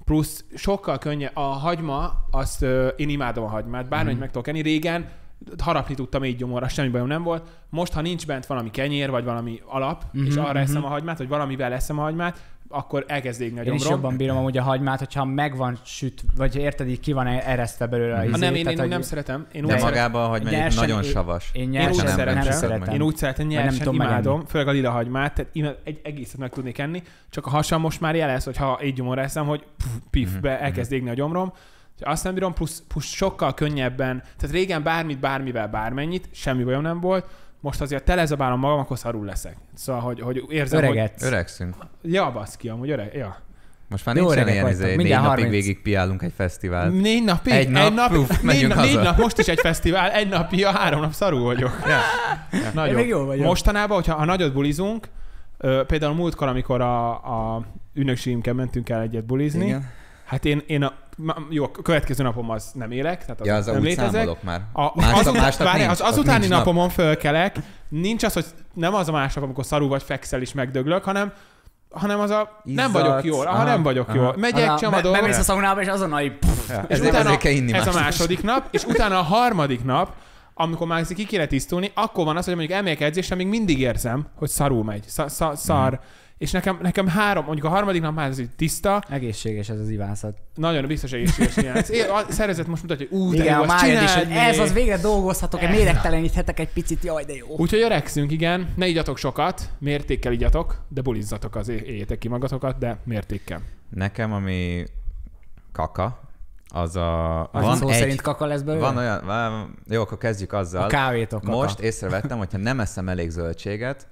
Plusz sokkal könnyebb. A hagyma, azt ö, én imádom a hagymát, bármit mm. meg tudok enni. Régen harapni tudtam így gyomorra, semmi bajom nem volt. Most, ha nincs bent valami kenyér, vagy valami alap, mm-hmm, és arra mm-hmm. eszem a hagymát, vagy valamivel eszem a hagymát, akkor elkezd égni a gyomrom. Én is jobban bírom amúgy a hagymát, hogyha meg van süt, vagy érted, így ki van eresztve belőle a izé. Nem, én, tehát, én hogy... nem szeretem. Én de úgy magában a hagyma nyersen, nagyon én, savas. Én, én úgy nem, szeretem. nem szeretem. Én úgy szeretem, nyersen nem imádom, megenni. főleg a lila hagymát, tehát imád, egy egészet meg tudnék enni, csak a hasam most már jelez, hogy ha egy gyomorra eszem, hogy pif, be elkezd égni a gyomrom. Azt nem bírom, plusz, plusz sokkal könnyebben, tehát régen bármit, bármivel, bármennyit, semmi bajom nem volt, most azért telezabálom magam, akkor szarul leszek. Szóval, hogy, hogy érzem, Öregetsz. hogy... Öregszünk. Ja, baszki, amúgy öreg, ja. Most már Jó nincsen öregek ilyen vagytok. izé, Minden négy napig harminc. végig piálunk egy fesztivált. Négy napig? Egy nap, egy nap puf, négy, megyünk nap, négy haza. nap, most is egy fesztivál, egy nap, ja, három nap szarul vagyok. Ja. Nagyon. Én még jó vagyok. Mostanában, hogyha ha nagyot bulizunk, ö, például múltkor, amikor a, a ünnökségünkkel mentünk el egyet bulizni, Igen. hát én, én a, jó, a következő napom az nem élek, tehát az Ja, az nem úgy létezek. számolok már. A, Másnap- azután, másnap várj, nincs, az ott azutáni nincs nap. napomon fölkelek, nincs az, hogy nem az a másnap, amikor szarul vagy fekszel és megdöglök, hanem hanem az a nem Izzadsz. vagyok jól, aha, Aha, nem vagyok aha. jól. Megyek, Aha, csem a be- dolgok. Bemész a szaunába, és azonnal így... Ja. És Ezért, utána ezért kell inni ez a másnap. második nap, és utána a harmadik nap, amikor már ki kéne tisztulni, akkor van az, hogy mondjuk elmegyek edzésre, még mindig érzem, hogy szarul megy, szar, szar, szar. Mm. És nekem, nekem három, mondjuk a harmadik nap már ez így tiszta, Egészséges ez az ivászat. nagyon biztos egészséges ilyen. A szervezet most mutatja, hogy ú, de Igen, jó, a azt májad is, csináld hogy ez még. az végre dolgozhatok, méregteleníthetek egy picit, jaj, de jó. Úgyhogy öregszünk, igen. Ne igyatok sokat, mértékkel igyatok, de bulizzatok az, éljétek ki magatokat, de mértékkel. Nekem, ami kaka, az a... Az van szó egy, szerint kaka lesz belőle? van olyan... Van, jó, akkor kezdjük azzal. A kávétok kaka. Most észrevettem, hogyha nem eszem elég zöldséget,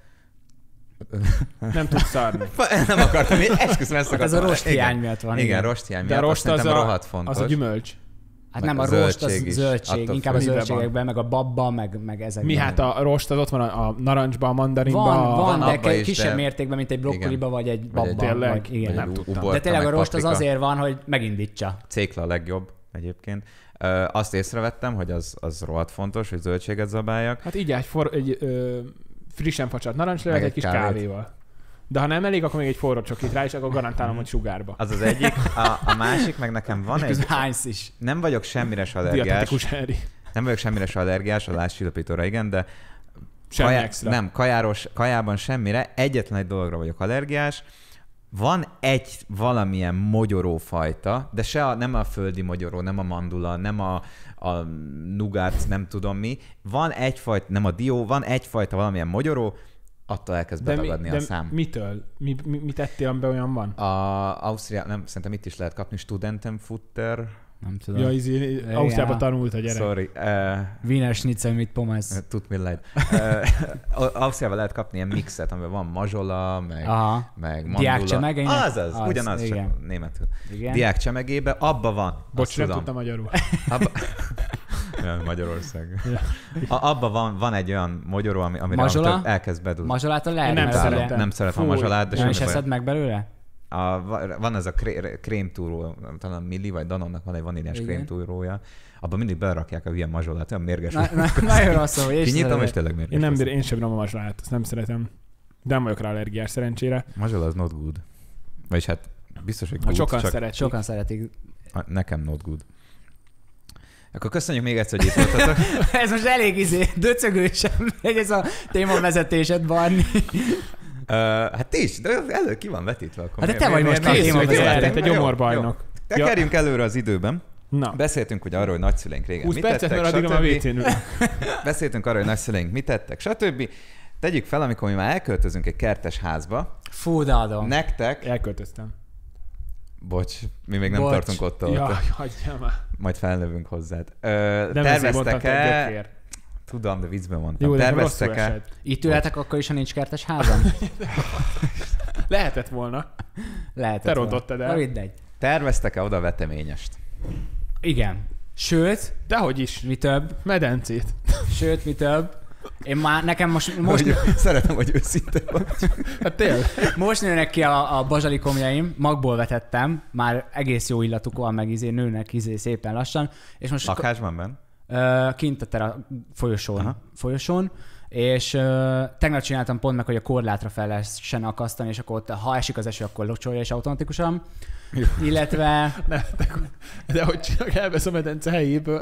Nem tudsz szarni. nem akartam, én esküszöm ezt Hát ez a rosthiány miatt van. Igen, rosthiány De miatt, a azt rost az szerintem a, rohadt fontos. az a gyümölcs. Hát Meg nem a a rost, az zöldség is. zöldség, Attól inkább a függ. zöldségekben, meg a babban, meg, meg ezekben. Mi hát a rost, az ott van a, a narancsban, a mandarinban. Van, a... van, van de abba is, kisebb de- mértékben, mint egy brokkoliba, vagy egy Vagy egy- babban. Tényleg? Vagy, igen. Vagy Nem egy tudtam. uborka, De tényleg meg a rost az paprika. azért van, hogy megindítsa. Cékla a legjobb egyébként. Ö, azt észrevettem, hogy az, az rohadt fontos, hogy zöldséget zabáljak. Hát így egy, for, egy ö, frissen facsart narancslevet Meg egy egy kis kávét. kávéval. De ha nem elég, akkor még egy forró csokit rá, és akkor garantálom, hogy sugárba. Az az egyik. A, a másik, meg nekem van egy... Közben hánysz is. Nem vagyok semmire se allergiás. Dietetikus Henry. Nem vagyok semmire se allergiás, a lázcsillapítóra igen, de Semmi extra. nem, kajáros, kajában semmire. Egyetlen egy dologra vagyok allergiás. Van egy valamilyen mogyorófajta, de se a, nem a földi mogyoró, nem a mandula, nem a, a nugát, nem tudom mi. Van egyfajta, nem a dió, van egyfajta valamilyen mogyoró, attól elkezd De, mi, betagadni de a szám. mitől? Mi, mi, mit ettél, amiben olyan van? A Ausztria, nem, szerintem itt is lehet kapni Studentenfutter. Nem tudom. Ja, izé, Igen. Ausztriában tanult a gyerek. Sorry. Uh, Wiener Schnitzel mit pommes. Tut mir leid. Uh, Ausztriában lehet kapni ilyen mixet, amiben van mazsola, meg, Aha. meg mandula. Diákcsemegének? Azaz, Az, ugyanaz, igen. csak németül. Igen. Diák csemegébe, abba van. Bocs, azt nem tudom. tudtam magyarul. Abba... Ja, Magyarország. Ja. A, abba van, van egy olyan mogyoró, ami, amire Mazsola? tök elkezd bedudni. Mazsolától lehet, Én nem mert Utálom. szeretem. Nem szeretem a Fúj. mazsolát, de Nem is semmi baj. eszed meg belőle? A, van ez a kré, krémtúró, talán Milli vagy Danonnak van egy vaníliás Igen. krémtúrója. Abban mindig belerakják a hülye mazsolát, olyan mérges. Na, na, nagyon rossz, hogy és Kinyitom, és tényleg mérges. Én nem lesz. bír, én sem bírom a mazsolát, azt nem szeretem. De nem vagyok rá allergiás szerencsére. Mazsola az not good. Vagyis hát biztos, hogy Hát good, sokan csak szeretik. Sokan szeretik. a- nekem not good. Akkor köszönjük még egyszer, hogy itt voltatok. Ez most elég izé, döcögősen megy ez a témavezetésed, Barni. Uh, hát ti is, de elő ki van vetítve. Akkor Hát de miért- te vagy miért- most miért- a miért- témavezető. miért- Te Jó, gyomorbajnok. jó. Tekerjünk előre az időben. Na, Beszéltünk ugye arról, hogy nagyszüleink régen húsz mit percet, tettek, mert addig a stb. vécén ül. Beszéltünk arról, hogy nagyszüleink mit tettek, stb. Tegyük fel, amikor mi már elköltözünk egy kertes házba. Fú, de adom. Nektek, Elköltöztem. bocs, mi még nem Bocs. tartunk ott, ott. Jaj, hagyjál már. Majd felnövünk hozzád. Ö, Nem ezért mondtam, te terveztek-e? gyökér. Tudom, de viccben mondtam. Jó, de nekem rosszul Terveztek-e? esett. Itt ülhetek akkor is, ha nincs kertes házam? Lehetett volna. Lehet. Te rontottad el. Na mindegy. Terveztek-e oda veteményest? Igen. Sőt, Dehogy is. mi több, Medencét. sőt, mi több. Én már, nekem most, most, Hogy, szeretem, hogy őszinte vagy. Hát tényleg. most nőnek ki a, a bazsalikomjaim, magból vetettem, már egész jó illatuk van, meg izé nőnek izé szépen lassan, és most Lakásban benn? Ö, kint a tera folyosón. Aha. folyosón. És uh, tegnap csináltam pont meg, hogy a korlátra fel lehessen akasztani, és akkor ott, ha esik az eső, akkor locsolja is automatikusan. Illetve... Ne, de, de hogy csinálok, elvesz a medence helyéből.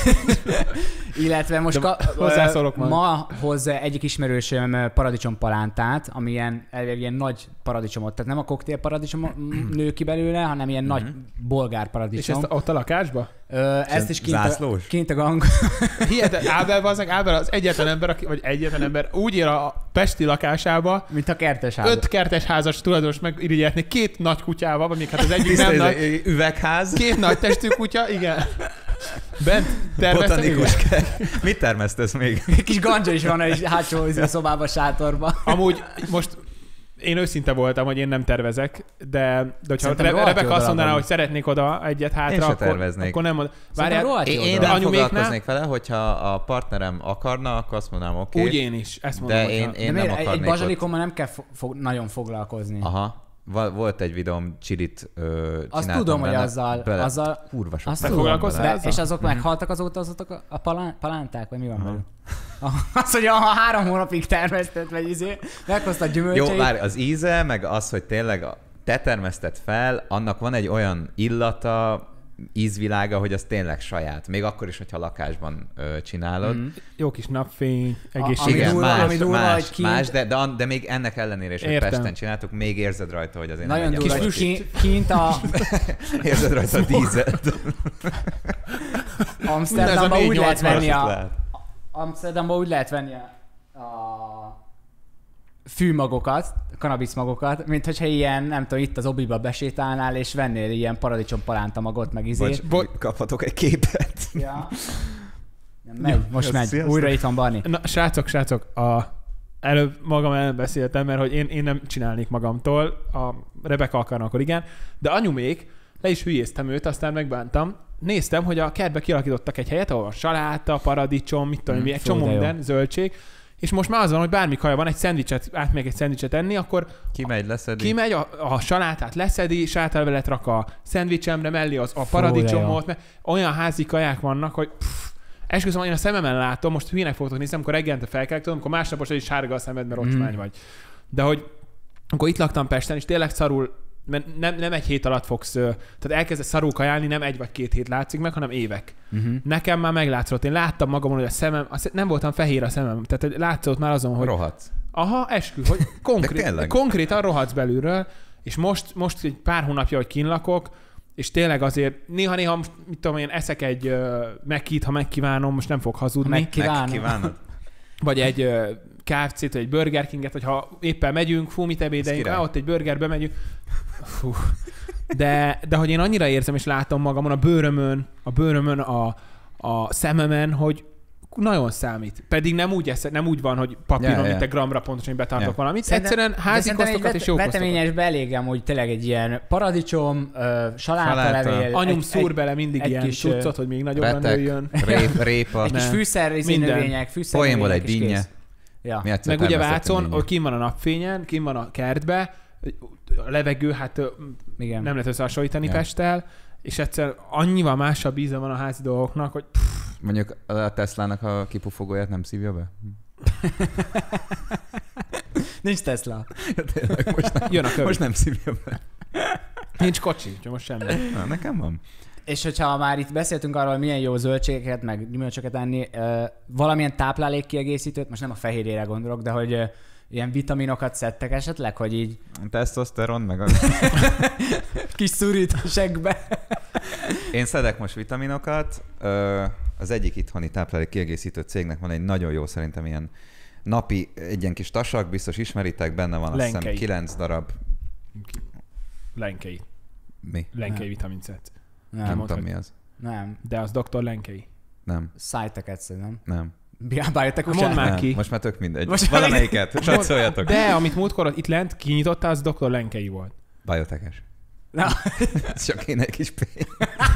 Illetve most ka- hozzászólok ma. ma hoz egyik ismerősöm paradicsompalántát, ami ilyen, ilyen nagy paradicsomot, tehát nem a koktél paradicsom nő ki belőle, hanem ilyen mm-hmm. nagy bolgár paradicsom. És ezt ott a lakásba? Ö, ezt is kint a, kint a gang. Hihetetlen, Ábel, bazdmeg, Ábel az egyetlen ember, aki, vagy egyetlen ember úgy él a pesti lakásába, mint a kertes ház. Öt kertes házas tulajdonos megirigyelhetni két nagy kutyával, vagy még hát az egyik nem nagy. Üvegház. Két nagy testű kutya, igen. Bent termesztesz? Botanikus kert. Mit termesztesz még? Kis ganja is van egy hátsó a szobában, sátorban. Amúgy most én őszinte voltam, hogy én nem tervezek, de, de hogyha Re- Rebeka azt mondaná, hogy szeretnék oda egyet hátra, akkor, akkor nem mond. Várjál, én, én nem foglalkoznék vele, hogyha a partnerem akarna, akkor azt mondanám, oké. Okay. Úgy én is, ezt mondom. De én, én nem akarnék. Egy bazsalikommal nem kell fo- nagyon foglalkozni. Aha. Volt egy videóm, csilit ö, csináltam. Azt tudom, bele, hogy azzal... bele, azzal kurva sok. Azt tudom, de, és azok mm-hmm. meghaltak azóta azok a, a palán, palánták, vagy mi van belőle? Az, hogy ha három hónapig termesztett, vagy izé, meghoztad gyümölcseit. Jó, várj, az íze, meg az, hogy tényleg te termeszted fel, annak van egy olyan illata, ízvilága, hogy az tényleg saját. Még akkor is, hogyha lakásban ö, csinálod. Mm. Jó kis napfény, egészség. Igen, durva, más, durva, más, kint... más de, de, de még ennek ellenére is, hogy Pesten csináltuk, még érzed rajta, hogy azért nagyon nem durva, hogy kint, kint a... érzed rajta a dízet. Amsterdamban úgy lehet venni a... Amsterdamban úgy lehet venni a... a fűmagokat, kanabiszmagokat, mint hogyha ilyen, nem tudom, itt az obiba besétálnál, és vennél ilyen paradicsompalánta magot, meg izé. Bocs, bocs, kaphatok egy képet. Ja. Nem, megy, most megy. Sziasztok. Újra itt van Barni. Na, srácok, srácok, a... előbb magam ellen beszéltem, mert hogy én, én nem csinálnék magamtól, a Rebeka akarna, akkor igen, de anyumék, le is hülyéztem őt, aztán megbántam. Néztem, hogy a kertbe kialakítottak egy helyet, ahol van saláta, paradicsom, mit tudom, mm, egy csomó minden, zöldség, és most már az van, hogy bármi kaja van, egy szendvicset, átmegyek egy szendvicset enni, akkor kimegy, leszedi. Kimegy, a, a salátát leszedi, salátát rak a szendvicsemre mellé az, a paradicsomot, mert olyan házi kaják vannak, hogy pff, esküszöm, én a szememen látom, most hülyének fogtok nézni, amikor reggelente felkelek, tudom, amikor másnapos egy sárga a szemed, mert ocsmány mm. vagy. De hogy akkor itt laktam Pesten, és tényleg szarul, mert nem, nem egy hét alatt fogsz, tehát elkezdesz szarul kajálni, nem egy vagy két hét látszik meg, hanem évek. Uh-huh. Nekem már meglátszott. Én láttam magamon, hogy a szemem, nem voltam fehér a szemem, tehát látszott már azon, hogy... Rohadsz. Aha, eskü, hogy konkrét, konkrétan rohadsz belülről, és most, most egy pár hónapja, hogy kín lakok, és tényleg azért néha-néha, mit tudom én, eszek egy uh, megkít, ha megkívánom, most nem fog hazudni. Megkívánod. Vagy egy uh, ká ef cét, vagy egy Burger Kinget, vagy ha éppen megyünk, fú, mit ebédeljünk, ah, ott egy burgerbe megyünk. Fú. De, de hogy én annyira érzem, és látom magamon, a bőrömön, a bőrömön, a, a szememen, hogy nagyon számít. Pedig nem úgy, esz, nem úgy van, hogy papíron, yeah, mint yeah. egy gramra pontosan betartok yeah. valamit. Szerintem, egyszerűen házi kosztokat és jó kosztokat. Veteményesbe elég amúgy tényleg egy ilyen paradicsom, salátalevél. Anyum egy, szúr bele mindig egy ilyen kis cuccot, hogy még nagyobban nőjön. Rép, répa. Egy kis fűszer, növények, fűszer. Poénból egy dinnye. Ja. Meg ugye Vácon, hogy kim van a napfényen, kim van a kertbe, a levegő, hát igen. nem lehet összehasonlítani ja. Pesttel, és egyszer annyival másabb íze van a házi dolgoknak, hogy pff. Mondjuk a Teslának a kipufogóját nem szívja be? Nincs Tesla. Ja, tényleg, most nem, Jön a most nem szívja be. Nincs kocsi, úgyhogy most semmi. Na, nekem van. És hogyha már itt beszéltünk arról, hogy milyen jó zöldségeket, meg gyümölcsöket enni, valamilyen táplálékkiegészítőt, most nem a fehérjére gondolok, de hogy ilyen vitaminokat szedtek esetleg, hogy így... Testoszteron, meg a... Kis szurít a segbe. Én szedek most vitaminokat. Az egyik itthoni táplálék kiegészítő cégnek van egy nagyon jó, szerintem ilyen napi, egy ilyen kis tasak, biztos ismeritek, benne van azt hiszem kilenc darab. Lenkei. Mi? Lenkei vitamin C. Nem, nem tudom mi az. Nem. De az doktor Lenkei. Nem. Szájteket szerintem. Nem. Bárjátok, mondd már ki. Most már tök mindegy. Most valamelyiket. Csak szóljatok. De amit múltkor itt lent kinyitotta, az doktor Lenkei volt. Biotekes. Na. Csak én egy kis pénz.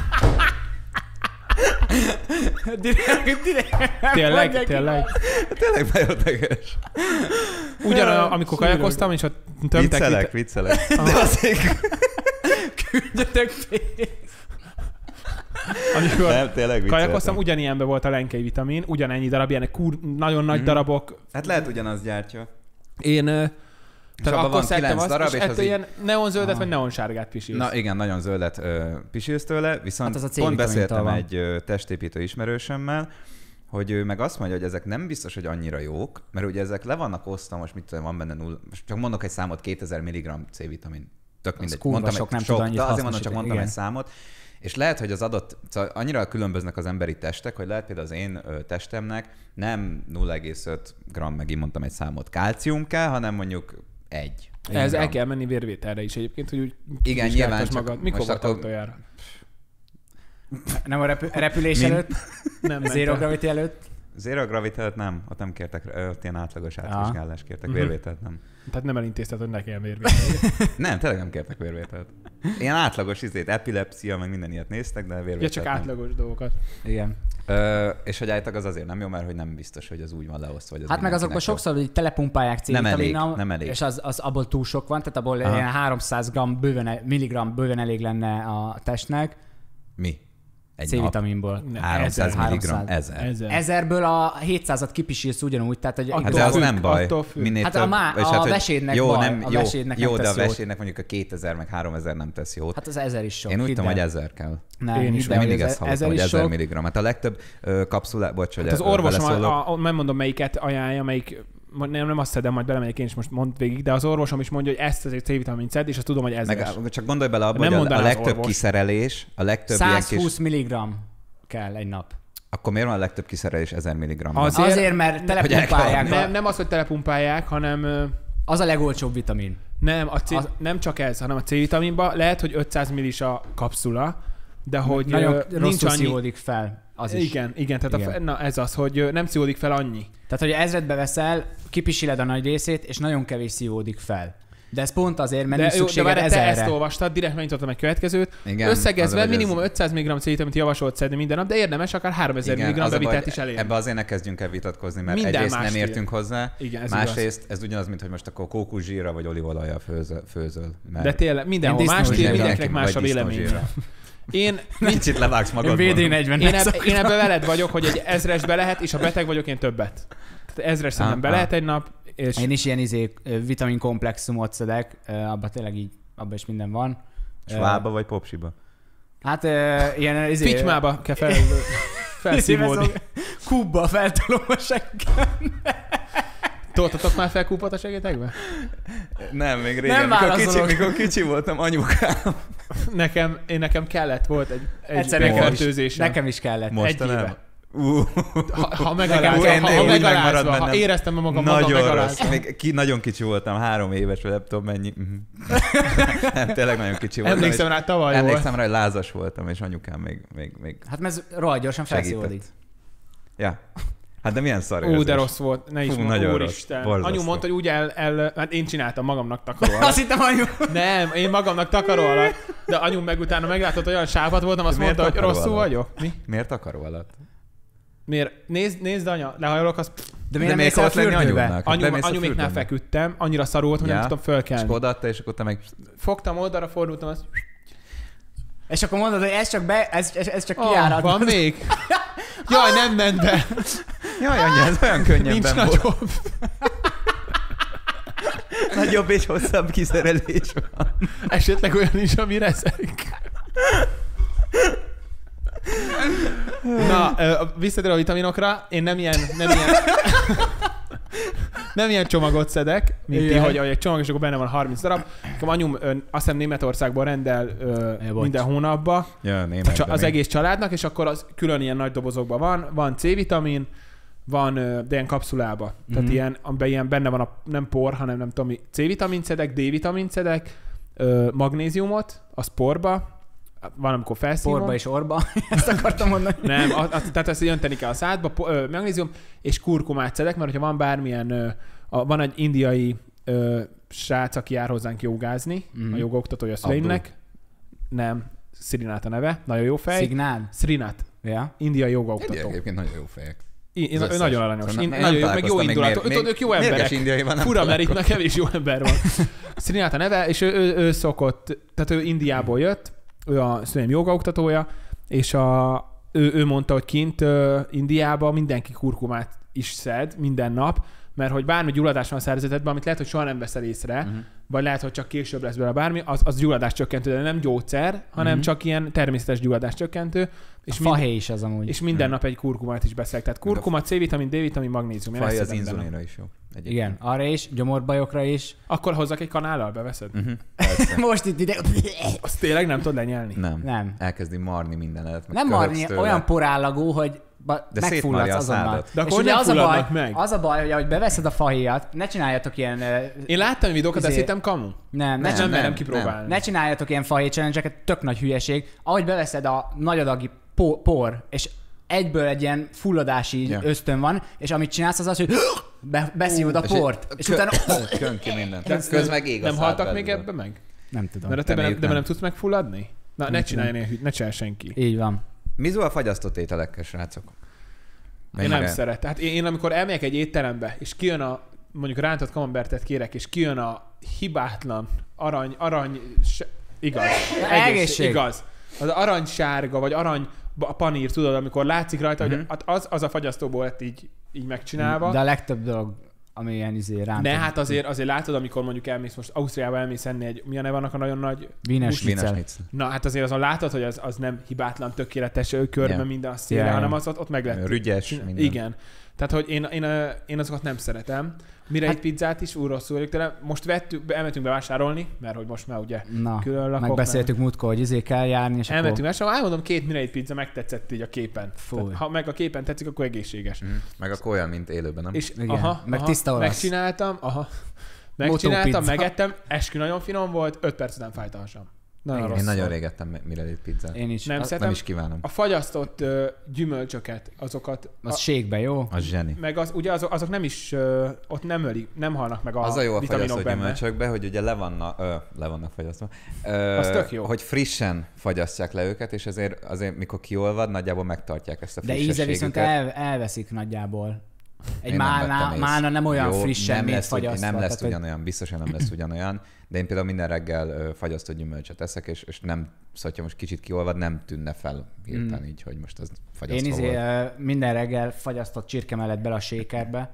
direkt, direkt. Tényleg, tényleg. Tényleg biotekes. Ugyanolyan, amikor kajakoztam, és ott tömtek... Viccelek, itt... viccelek. De azért... Küldjetek pénzt. Amikor Nem, tényleg kajakoztam, vicceltem. ugyanilyenben volt a lenkei vitamin, ugyanennyi darab, ilyen kur, nagyon nagy Mhm. darabok. Hát lehet ugyanaz gyártja. Én ö, tehát abban akkor van szedtem kilenc azt, darab, és és ettől az így- ilyen neonzöldet Ah. vagy neonsárgát pisilsz. Na igen, nagyon zöldet ö, pisilsz tőle, viszont Hát az a pont C-vitamintól beszéltem van. egy ö, testépítő ismerősömmel, hogy ő meg azt mondja, hogy ezek nem biztos, hogy annyira jók, mert ugye ezek le vannak osztva, most mit tudom, van benne nulla, most csak mondok egy számot, kétezer milligramm C-vitamin. Tök mindegy. kurva Mondtam sok, egy, nem tud annyit de azért mondom, csak hasznosítani, mondtam igen. egy számot. És lehet, hogy az adott, szóval annyira különböznek az emberi testek, hogy lehet például az én ö, testemnek nem nulla egész öt gramm, megint mondtam egy számot, kálcium kell, hanem mondjuk egy. Ez gramm. el kell menni vérvételre is egyébként, hogy úgy Igen, vizsgáltasd nyilván csak magad. Mikor most volt akkor- utoljára? Nem a repü- repülés Mind- előtt? Nem Zero mentem. gravity előtt? Zero gravitát nem, ott nem kértek, ö, ott ilyen átlagos átvizsgálást kértek, Mhm. vérvételt nem. Tehát nem elintézted, hogy ne kelljen vérvétel. Nem, tényleg nem kértek vérvételt. Ilyen átlagos izét, epilepsia, meg minden ilyet néztek, de vérvételt Ja, csak nem. átlagos dolgokat. Igen. Ö, és hogy állítak az azért nem jó, mert hogy nem biztos, hogy az úgy van leosztva, hogy az Hát meg azokban mindenkinek sokszor, hogy telepumpálják Nem elég, C-vitaminnal, nem elég. és az, az abból túl sok van, tehát abból Aha. ilyen háromszáz gramm bőven, el- milligramm bőven elég lenne a testnek jó. Mi? Egy C-vitaminból. Ne, háromszáz ezer, milligramm, háromszáz. ezer. Ezer. Ezerből a hétszázat kipisilsz ugyanúgy, tehát hogy Hát Hát Attól de az függ, nem baj. attól függ. Minél Hát a több, má- és a hogy vesédnek jó, baj, nem, a jó, vesédnek jó, nem de tesz a jót. vesédnek mondjuk a kétezer meg háromezer nem tesz jót. Hát az ezer is sok. Én úgy hidd tudom, el. hogy ezer kell. Nem, Én is hidd el, Mindig hogy ezt ez- hallottam, ezer hogy is ezer sok. milligramm. Hát a legtöbb ö, kapszulá... Bocs, hogy Hát az ö, orvosom, beleszólok. a, a, nem mondom melyiket ajánlja, melyik, nem, nem azt szedem, majd belemegyek én is most mond végig, de az orvosom is mondja, hogy ezt azért C-vitamin szed, és azt tudom, hogy ezres. Meg, csak gondolj bele abba, Nem hogy a, a mondaná az legtöbb orvos. kiszerelés, a legtöbb ilyen kis... száz húsz milligramm kell egy nap. Akkor miért van a legtöbb kiszerelés ezer milligramm? Az- Az... Azért- Azért, mert telepumpálják. Nem, a- nem az, hogy telepumpálják, hanem ö, Az a legolcsóbb vitamin. nem, a C, Az- nem csak ez, hanem a C-vitaminban lehet, hogy ötszáz millis a kapszula, de hogy Nagyon ö, nincs rosszul annyi... szívódik fel. Az is. Igen, igen, tehát Igen. A, na, ez az, hogy ö, nem szívódik fel annyi. Tehát, hogy ezredbe veszel, kipisiled a nagy részét, és nagyon kevés szívódik fel. De ez pont azért, mert De, nincs jó, de szükséged várj, te ezt ezerre. olvastad, direkt megnyitottam egy következőt. Igen, Összegezve az, hogy minimum ez- ötszáz milligramm C-vitamint javasolt szedni minden nap, de érdemes akár háromezer milligramm az a baj, bevitelt is elérni. Ebbe azért ne kezdjünk el vitatkozni, mert Minden egyrészt más nem tér. értünk hozzá, Igen, ez másrészt ez ugyanaz, mint hogy most akkor kókuszsírra vagy olívolajjal főzöl. főzöl mert De tényleg mindenhol Én más tér, disznózsírra. mindenkinek más a Vagy véleménye. disznózsírra. Én, Kicsit levágsz Én magadból. vé dé negyven én, eb, én ebben veled vagyok, hogy egy ezresbe lehet, és ha beteg vagyok, én többet. Tehát ezres szerintem be Ah, lehet egy nap, és Én is ilyen izé, ö, vitamin komplexumot szedek, ö, abban tényleg így, abban is minden van. Ö, Svába vagy popsiba? Hát ö, ilyen izé... fitymába kell fel, felszívódni. Kubba feltolom a seggem. Toltatok már fel kúpot a segétekbe? Nem, még régen. Nem mikor, kicsi, válaszolok. mikor kicsi voltam, anyukám. Nekem, én nekem kellett, volt egy, egy Egyszer nekem is, befertőzésem. nekem is kellett. Most Egy nem. éve. Uh, Ha, ha Nekem megalázva, úgy- ha, én- ha, én úgy megmarad megalázva, ha bennem. éreztem magam magam nagyon rossz. megalázva. Még ki, nagyon kicsi voltam, három éves, vagy nem tudom mennyi. Mhm. Nem, tényleg nagyon kicsi voltam. Emlékszem és rá, tavaly volt. Emlékszem rá, hogy lázas voltam, és anyukám még, még, még Hát mert ez rohadt gyorsan felszívódik. segített. Ja. Hát de milyen szar Ú, de érzés. rossz volt. Ne is Fú, mondom, nagyon úristen. rossz. Borzasztó. Anyu mondta, hogy úgy el, el... Hát én csináltam magamnak takaró alatt. Azt hittem, anyu. Nem, én magamnak takaró alatt. De anyu meg utána meglátott, olyan sápat voltam, azt De miért mondta, hogy takaró rosszul alatt? vagyok. Mi? Miért akaró alatt? Miért? Nézd, nézd anya, lehajolok, az... De miért nem miért mész el a kellett lenni fürdőbe? anyunak? Anyu, bemész a anyuméknál fürdőbe. feküdtem, annyira szarul volt, hogy Ja. nem tudtam És fölkelni. akkor odaadta, és akkor te meg... Fogtam oldalra, fordultam, azt... És akkor mondod, hogy ez csak be, ez, ez, ez csak Oh, kiárad. van még? Jaj, nem ment be. Jaj, anyja, ez olyan könnyebben Nincs volt. nagyobb. Nagyobb és hosszabb kiszerelés van. Esetleg olyan is, ami reszek. Na, ö, visszatérve a vitaminokra, én nem ilyen, nem ilyen, nem ilyen csomagot szedek, mint ti, Igen. hogy egy csomag, és akkor benne van harminc darab. Nekem anyum ö, azt hiszem Németországból rendel ö, Ja, bocs. minden hónapba Ja, a német, csa- de az még. egész családnak, és akkor az külön ilyen nagy dobozokban van. Van C-vitamin, van ö, de ilyen kapszulába. Mm-hmm. Tehát Mhm. ilyen, amiben ilyen benne van a nem por, hanem nem tudom mi, C-vitamin szedek, D-vitamin szedek, ö, magnéziumot a sporba, van amikor felszívom. Porba és orba. Ezt akartam mondani. Nem, a, a, tehát ezt önteni kell a szádba, po- ö, magnézium, és kurkumát szedek, mert hogyha van bármilyen, ö, a, van egy indiai ö, srác, aki jár hozzánk jogázni, Mhm. mm. a jogaoktatója a szüleimnek. Nem, Srinát a neve, nagyon jó fej. Szignál? Srinát, Ja. indiai Indiák jogaoktató. egyébként nagyon jó fejek. Én, én, Az ő összes. nagyon aranyos. Szóval Én, nem- nagyon nem jó, meg jó találkoztam még indulatú. mér- Ők, ők jó mérges emberek. indiaival nem Fura, mert itt találkoztam. kevés jó ember van. Srinát a neve, és ő, ő, ő szokott, tehát ő Indiából jött, ő a szüleim jogaoktatója, és a, ő, ő mondta, hogy kint uh, Indiában mindenki kurkumát is szed minden nap, mert hogy bármi gyulladás van a szervezetedben, amit lehet, hogy soha nem veszel észre, uh-huh. vagy lehet, hogy csak később lesz belőle bármi, az, az gyulladás csökkentő, de nem gyógyszer, hanem uh-huh. csak ilyen természetes gyulladás csökkentő. És a fahéj is az amúgy. És minden uh-huh. nap egy kurkumát is beszélek. Tehát kurkuma, C-vitamin, D-vitamin, magnézium. Fahéj az inzulinra is jó. Egyébként. Igen, arra is, gyomorbajokra is. Akkor hozzak egy kanállal, beveszed? Uh-huh. Most itt ide... Azt tényleg nem tudod lenyelni? Nem. Nem. Elkezdi marni mindenet. Nem marni, tőle. Olyan porállagú, hogy ba- de megfulladsz azonnal. De akkor és ugye nem az a, baj, meg. az a baj, hogy ahogy beveszed a fahéjat, ne csináljatok ilyen... Uh, Én láttam videókat, izé... ezt hittem kamu. Nem, ne, nem, nem, merem nem, kipróbálni. Ne csináljatok ilyen fahéj challenge-eket, tök nagy hülyeség. Ahogy beveszed a nagy adagi por, por és egyből egy ilyen fulladási ja. ösztön van, és amit csinálsz az az, hogy be, beszívod a port, és, és kö, utána... Könki mindent. De Közben meg ég a nem szád haltak még belőle. ebbe meg? Nem tudom. Mert te nem, Reméljük de nem. nem tudsz megfulladni? Na, ne csinálj ilyen hűt, ne csinálj senki. Így van. Mizu a fagyasztott ételekkel, srácok? Én Mennyire? nem szeret. Tehát én, én amikor elmegyek egy étterembe, és kijön a, mondjuk rántott kamembertet kérek, és kijön a hibátlan arany, arany, se, igaz, Egészség. igaz. Az aranysárga, vagy arany a panír, tudod, amikor látszik rajta, Mhm. hogy az, az a fagyasztóból lett így, így megcsinálva. De a legtöbb dolog, ami ilyen izé rántott. Ne, hát azért, azért látod, amikor mondjuk elmész, most Ausztriába elmész enni egy, milyen neve vannak a nagyon nagy... Wiener hús- schnitzel. Wiener schnitzel. Na, hát azért azon látod, hogy az, az nem hibátlan, tökéletes körben Yeah. minden a szélre, Yeah, hanem yeah. az ott, ott meg lett. Rügyes, csinál- minden. Igen. Tehát, hogy én, én, én, én azokat nem szeretem. Mire Hát- egy pizzát is, úr rosszul vagyok tele. Most vettük, elmentünk bevásárolni, mert hogy most már ugye Na, külön lakok. megbeszéltük múltkor, hogy izé kell járni, és Elmentünk akkor... vásárolni, elmondom, két mire egy pizza megtetszett így a képen. Fúj. Tehát, ha meg a képen tetszik, akkor egészséges. Mhm. Meg akkor olyan, mint élőben, nem? És Igen, aha, meg aha, tiszta olasz. megcsináltam, aha. Megcsináltam, Motopizza. megettem, eskü nagyon finom volt, öt perc után fájt a hasam. Nagyon Igen. rossz Én nagyon volt. régettem mire egy pizzát. Én is. Nem Az, szeretem. Nem is kívánom. A fagyasztott uh, gyümölcsöket, azokat... az a, sékbe, jó? Az zseni. meg az, ugye azok, azok nem is, uh, ott nem ölik, nem halnak meg a Az a jó a vitaminok fagyasztott benne. gyümölcsökbe, hogy ugye le vannak, ö, le vannak fagyasztva. Ö, Az tök jó. Hogy frissen fagyasztják le őket, és azért, azért mikor kiolvad, nagyjából megtartják ezt a De íze frissességüket. viszont el, elveszik nagyjából. Egy Én nem málna, vettem észre. málna nem olyan Jó, frissen, nem mint lesz, ugy- fagyasztva. Nem lesz tehát, hogy- ugyanolyan, biztosan nem lesz ugyanolyan, de én például minden reggel ö, fagyasztott gyümölcsöt eszek, és, és nem, szóval hogyha most kicsit kiolvad, nem tűnne fel hirtelen Mm. így, hogy most az Én fagyasztva izé, volt. ö, minden reggel fagyasztott csirke mellett bele a sékerbe.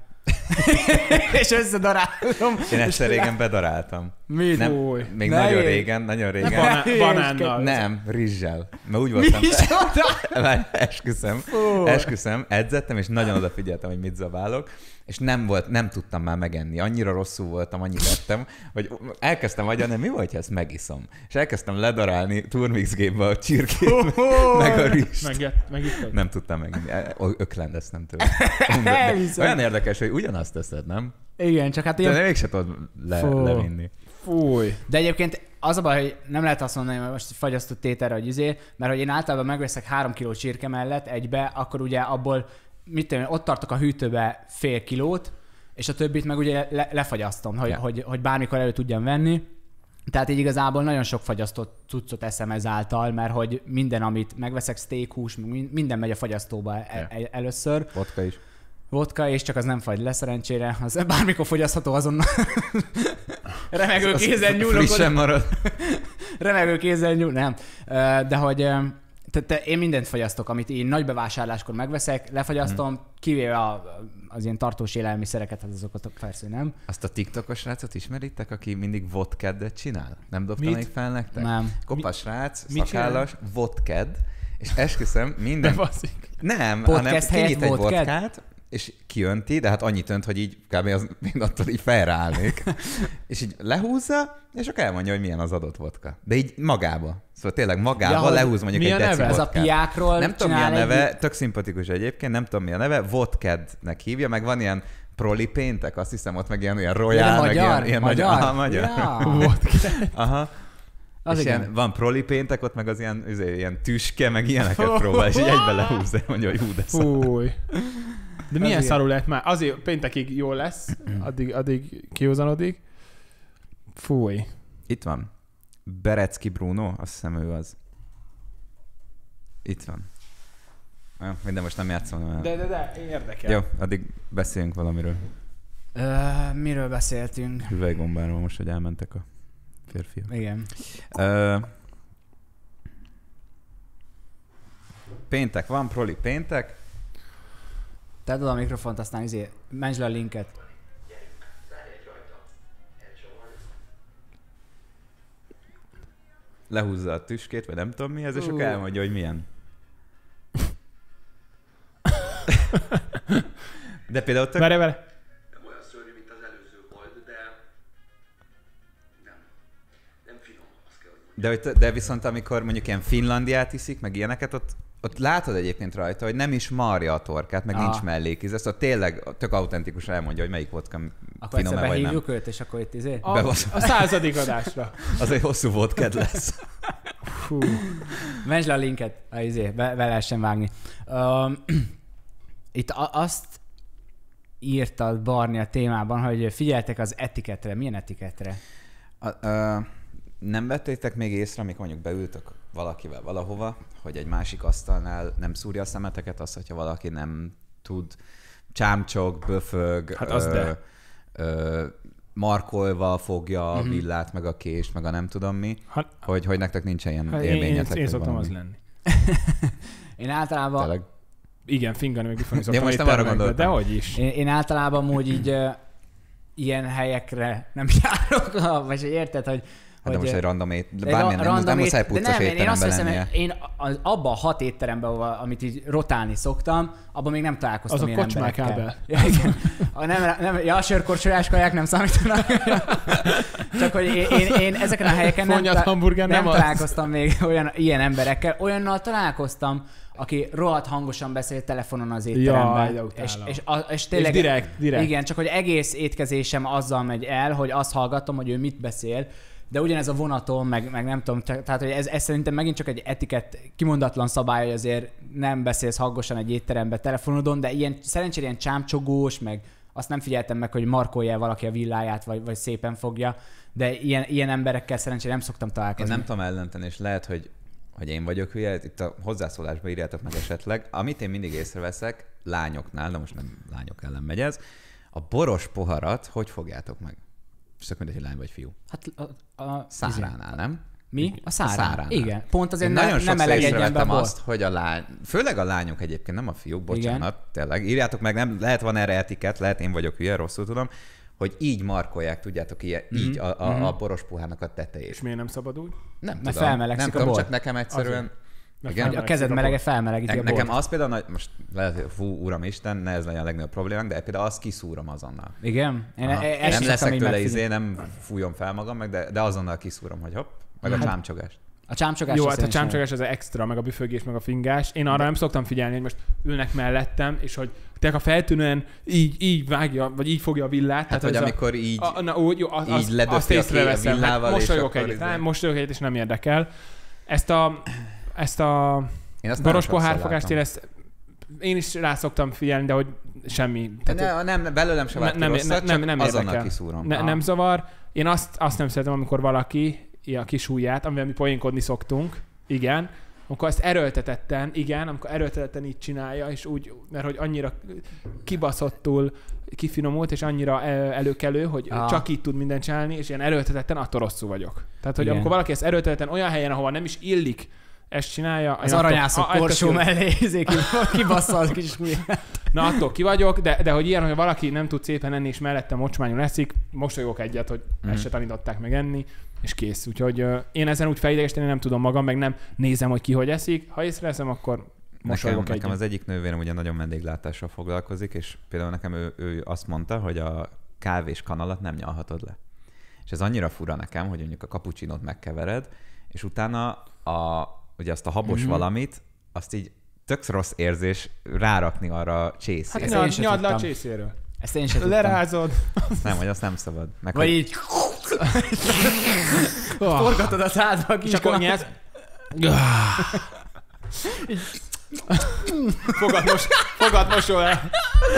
és összedarálom. Én egyszer régen bedaráltam. Mit? Nem, Fúj. még Ne nagyon ér- régen, nagyon régen. Baná- banánnal. Nem, rizssel. Mert úgy voltam, Várj, esküszöm, Fú. esküszöm, edzettem, és nagyon odafigyeltem, hogy mit zabálok, és nem volt, nem tudtam már megenni. Annyira rosszul voltam, annyit ettem, hogy elkezdtem agyalni, mi volt, ha ezt megiszom. És elkezdtem ledarálni turmixgépbe a csirkét, meg a rizst. Megett, megittad? Nem tudtam meginni. Öklendeztem tőle. Elhiszem. Olyan érdekes, hogy ugyanazt teszed, nem? Igen, csak hát De ilyen... mégse tudod le, Fú. levinni. Fúj. De egyébként az a baj, hogy nem lehet azt mondani, hogy most fagyasztott tételre, hogy izé, mert hogy én általában megveszek három kiló csirke mellett egybe, akkor ugye abból, mit tudom, én, ott tartok a hűtőbe fél kilót, és a többit meg ugye le, lefagyasztom, hogy, Ja. hogy, hogy bármikor elő tudjam venni. Tehát így igazából nagyon sok fagyasztott cuccot eszem ezáltal, mert hogy minden, amit megveszek, steak, hús, min- minden megy a fagyasztóba el, el, először. Vodka is. Vodka, és csak az nem fagy le szerencsére. Az bármikor fogyasztható azonnal. Remegő kézzel nyúlok Frissen oda. marad. Remegő kézzel nyúl, nem. Ö, De hogy ö, te, te, én mindent fagyasztok, amit én nagy bevásárláskor megveszek, lefagyasztom, Hmm. kivéve a, az ilyen tartós élelmiszereket, hát azokat persze nem. Azt a TikTokos srácot ismeritek, aki mindig vodkedet csinál? Nem dobta Mit? még fel nektek? Nem. Kopas srác, mit szakállas, vodked, és esküszöm, minden... De baszik. Nem, Podcast hanem helyett kinyit egy vodkát? vodkát, és kiönti, de hát annyit önt, hogy így kb. Az, én attól így felreállnék. és így lehúzza, és akkor elmondja, hogy milyen az adott vodka. De így magába. Szóval tényleg magába Ja, hogy lehúz mondjuk milyen egy deci neve? Ez a vodkát. piákról Nem tudom, milyen csinál neve, egy... tök szimpatikus egyébként, nem tudom, milyen neve, vodkednek hívja, meg van ilyen prolipéntek, azt hiszem ott meg ilyen, ilyen Ja, royal, de meg magyar? ilyen, ilyen magyar? Nagy, aha, magyar. Ja. Vodka. Aha. Az és igen. ilyen, van prolipéntek, ott meg az ilyen, üzé, ilyen tüske, meg ilyeneket próbál, és így egybe lehúzza, mondja, hogy hú, de szar. Fúj. De milyen igen. szarul lehet már? Azért péntekig jó lesz, addig, addig kiózanodik. Fúj. Itt van. Berecki Bruno, azt hiszem ő az. Itt van. Ja, minden most nem játszom. Mert... De, de, de, érdekel. Jó, addig beszéljünk valamiről. Ö, miről beszéltünk? Hüvelygombáról most, hogy elmentek a férfiak. Igen. Ö... péntek van, proli péntek. Tedd oda a mikrofont, aztán izé, menj le a linket. Lehúzza a tüskét, vagy nem tudom mi ez, és akkor elmondja, hogy milyen. De például tök... Várj, várj. Nem olyan szörnyű, mint az előző volt, de nem, nem finom, azt kell, hogy mondjam. De, hogy te- de viszont amikor mondjuk ilyen Finlandiát iszik, meg ilyeneket, ott, ott látod egyébként rajta, hogy nem is marja a torkát, meg Ah. nincs mellékíze, szóval tényleg tök autentikusan elmondja, hogy melyik vodka Akkor egyszer finom-e vagy nem. behívjuk őt, és akkor itt izé... A, Bebaszom. a századik adásra. Az egy hosszú vodked lesz. Fú. Menj le a linket, a izé, be, be lehessen vágni. Um, itt a, azt írtad, Barni, a témában, hogy figyeltek az etiketre. Milyen etiketre? A, ö, nem vettétek még észre, amikor mondjuk beültök valakivel valahova, hogy egy másik asztalnál nem szúrja a szemeteket, azt, hogyha valaki nem tud, csámcsog, böfög, Hát az de. ö, markolva fogja a Mhm. villát, meg a kést, meg a nem tudom mi, Hát, hogy, hogy nektek nincsen ilyen hát én, én, élményetek. én vagy szoktam valami. az lenni. Én általában, Tényleg. Igen, fingani meg bifani De szoktam most nem arra éttermekbe, gondoltam. de hogy is. én, én általában amúgy így uh, ilyen helyekre nem járok, vagy érted, hogy Hát de most egy random ét, Egy bármilyen, ra- nem, nem random muszáj ét- de puccos nem, én- én azt étteremben hiszem, lennie. én az, abban a hat étteremben, ahol- amit így rotálni szoktam, abban még nem találkoztam Azok ilyen kocsmák emberekkel. áll Ja, igen. A nem, nem, ja, a sörkorcsolyás kaják nem számítanak. Csak hogy én, én, én ezeken a helyeken nem, Fonnyat ta- hamburger nem nem az. találkoztam még olyan ilyen emberekkel. Olyannal találkoztam, aki rohadt hangosan beszél telefonon az étteremben. Jaj, de és, utálom. és, a, és És tényleg, direkt, direkt. igen, csak hogy egész étkezésem azzal megy el, hogy azt hallgatom, hogy ő mit beszél, de ugyanez a vonaton, meg, meg nem tudom, te- tehát hogy ez, ez szerintem megint csak egy etikett, kimondatlan szabály, hogy azért nem beszélsz hangosan egy étterembe telefonodon, de ilyen szerencsére ilyen csámcsogós, meg azt nem figyeltem meg, hogy markolja valaki a villáját, vagy, vagy szépen fogja, de ilyen, ilyen emberekkel szerencsére nem szoktam Én találkozni. nem tudom ellenteni, és lehet, hogy, hogy én vagyok hülye, itt a hozzászólásba írjátok meg esetleg. Amit én mindig észreveszek, lányoknál, de most nem lányok ellen megy ez, a boros poharat hogy fogjátok meg? És tök mindegy, hogy lány vagy fiú. Hát a, a, Száránál, nem? Mi? A szárán. száránál. Igen. Pont azért Én ne, nagyon nem sokszor elegedjen be a észrevettem bor. azt, hogy a lány, főleg a lányok egyébként, nem a fiúk, bocsánat, igen. Tényleg, írjátok meg, nem, lehet van erre etiket, lehet én vagyok hülye, rosszul tudom, hogy így markolják, tudjátok, ilyen, Mhm. így a, a, Mhm. a boros pohárnak a tetejét. És miért nem szabad úgy? Nem Mert tudom, felmelegszik nem a tudom, bor. csak nekem egyszerűen... Mert Igen? felmelegszik A kezed a melege bor. felmelegíti a Ne, nekem bort. az például, nagy, most lehet, hogy fú, uram Isten, ne ez legyen a legnagyobb problémánk, de például azt kiszúrom azonnal. Igen? Én Aha. e- ezt Nem szoktam leszek így tőle megfigyelni. izé, nem fújom fel magam, meg, de, de azonnal kiszúrom, hogy hopp, meg a Hát- csámcsogást. A csámcsogás Jó, az hát a szerencsére. csámcsogás az extra, meg a büfögés, meg a fingás. Én arra nem szoktam figyelni, hogy most ülnek mellettem, és hogy te a feltűnően így, így vágja, vagy így fogja a villát. Hát, hogy ez amikor így, a, a, na, úgy, jó, az, így az, ledöfi azt a ké- észreveszem. villával, Hát és mosolyogok akkor egyet, izé- nem, mosolyogok egyet, és nem érdekel. Ezt a, ezt a én azt boros nagyon sokszor pohárfogást látom. én ezt én is rá szoktam figyelni, de hogy semmi. Ne, nem, belőlem se vált ki nem, rosszat, nem, csak nem, nem azonnal érdekel. kiszúrom. Ne, Ah. nem zavar. Én azt, azt nem szeretem, amikor valaki a kis ujját, amivel mi poénkodni szoktunk, igen, amikor ezt erőltetetten, igen, amikor erőltetetten így csinálja, és úgy, mert hogy annyira kibaszottul kifinomult, és annyira el- előkelő, hogy Ah. csak így tud mindent csinálni, és ilyen erőltetetten attól rosszul vagyok. Tehát, hogy Igen. amikor valaki ezt erőltetetten olyan helyen, ahova nem is illik, ezt csinálja. Az én attól- aranyászok a- ettől korsó ki- mellé izé, ki- kibassza az kis ujját. Na, attól ki vagyok, de, de hogy ilyen, hogy valaki nem tud szépen enni, és mellette mocsmányon eszik, mosolyogok egyet, hogy Mhm. ezt se tanították meg enni, és kész. Úgyhogy uh, én ezen úgy felidegesíteni nem tudom magam, meg nem nézem, hogy ki hogy eszik. Ha észreveszem, akkor Nekem, mosolygok nekem egyet. az egyik nővérem ugye nagyon vendéglátással foglalkozik, és például nekem ő, ő azt mondta, hogy a kávés kanalat nem nyalhatod le. És ez annyira fura nekem, hogy mondjuk a kapucsinót megkevered, és utána a, ugye azt a habos Mhm. valamit, azt így tök rossz érzés rárakni arra a csészét. Hát Ezt én nyald, sem nyald le a tudtam. csészéről. Ezt én sem tudtam. Lerázod. Nem, hogy azt nem szabad. Meg, Vagy hogy így forgatod a szádba a kis És akkor kanalt. nyelsz. Fogad, mos, fogad mosol el.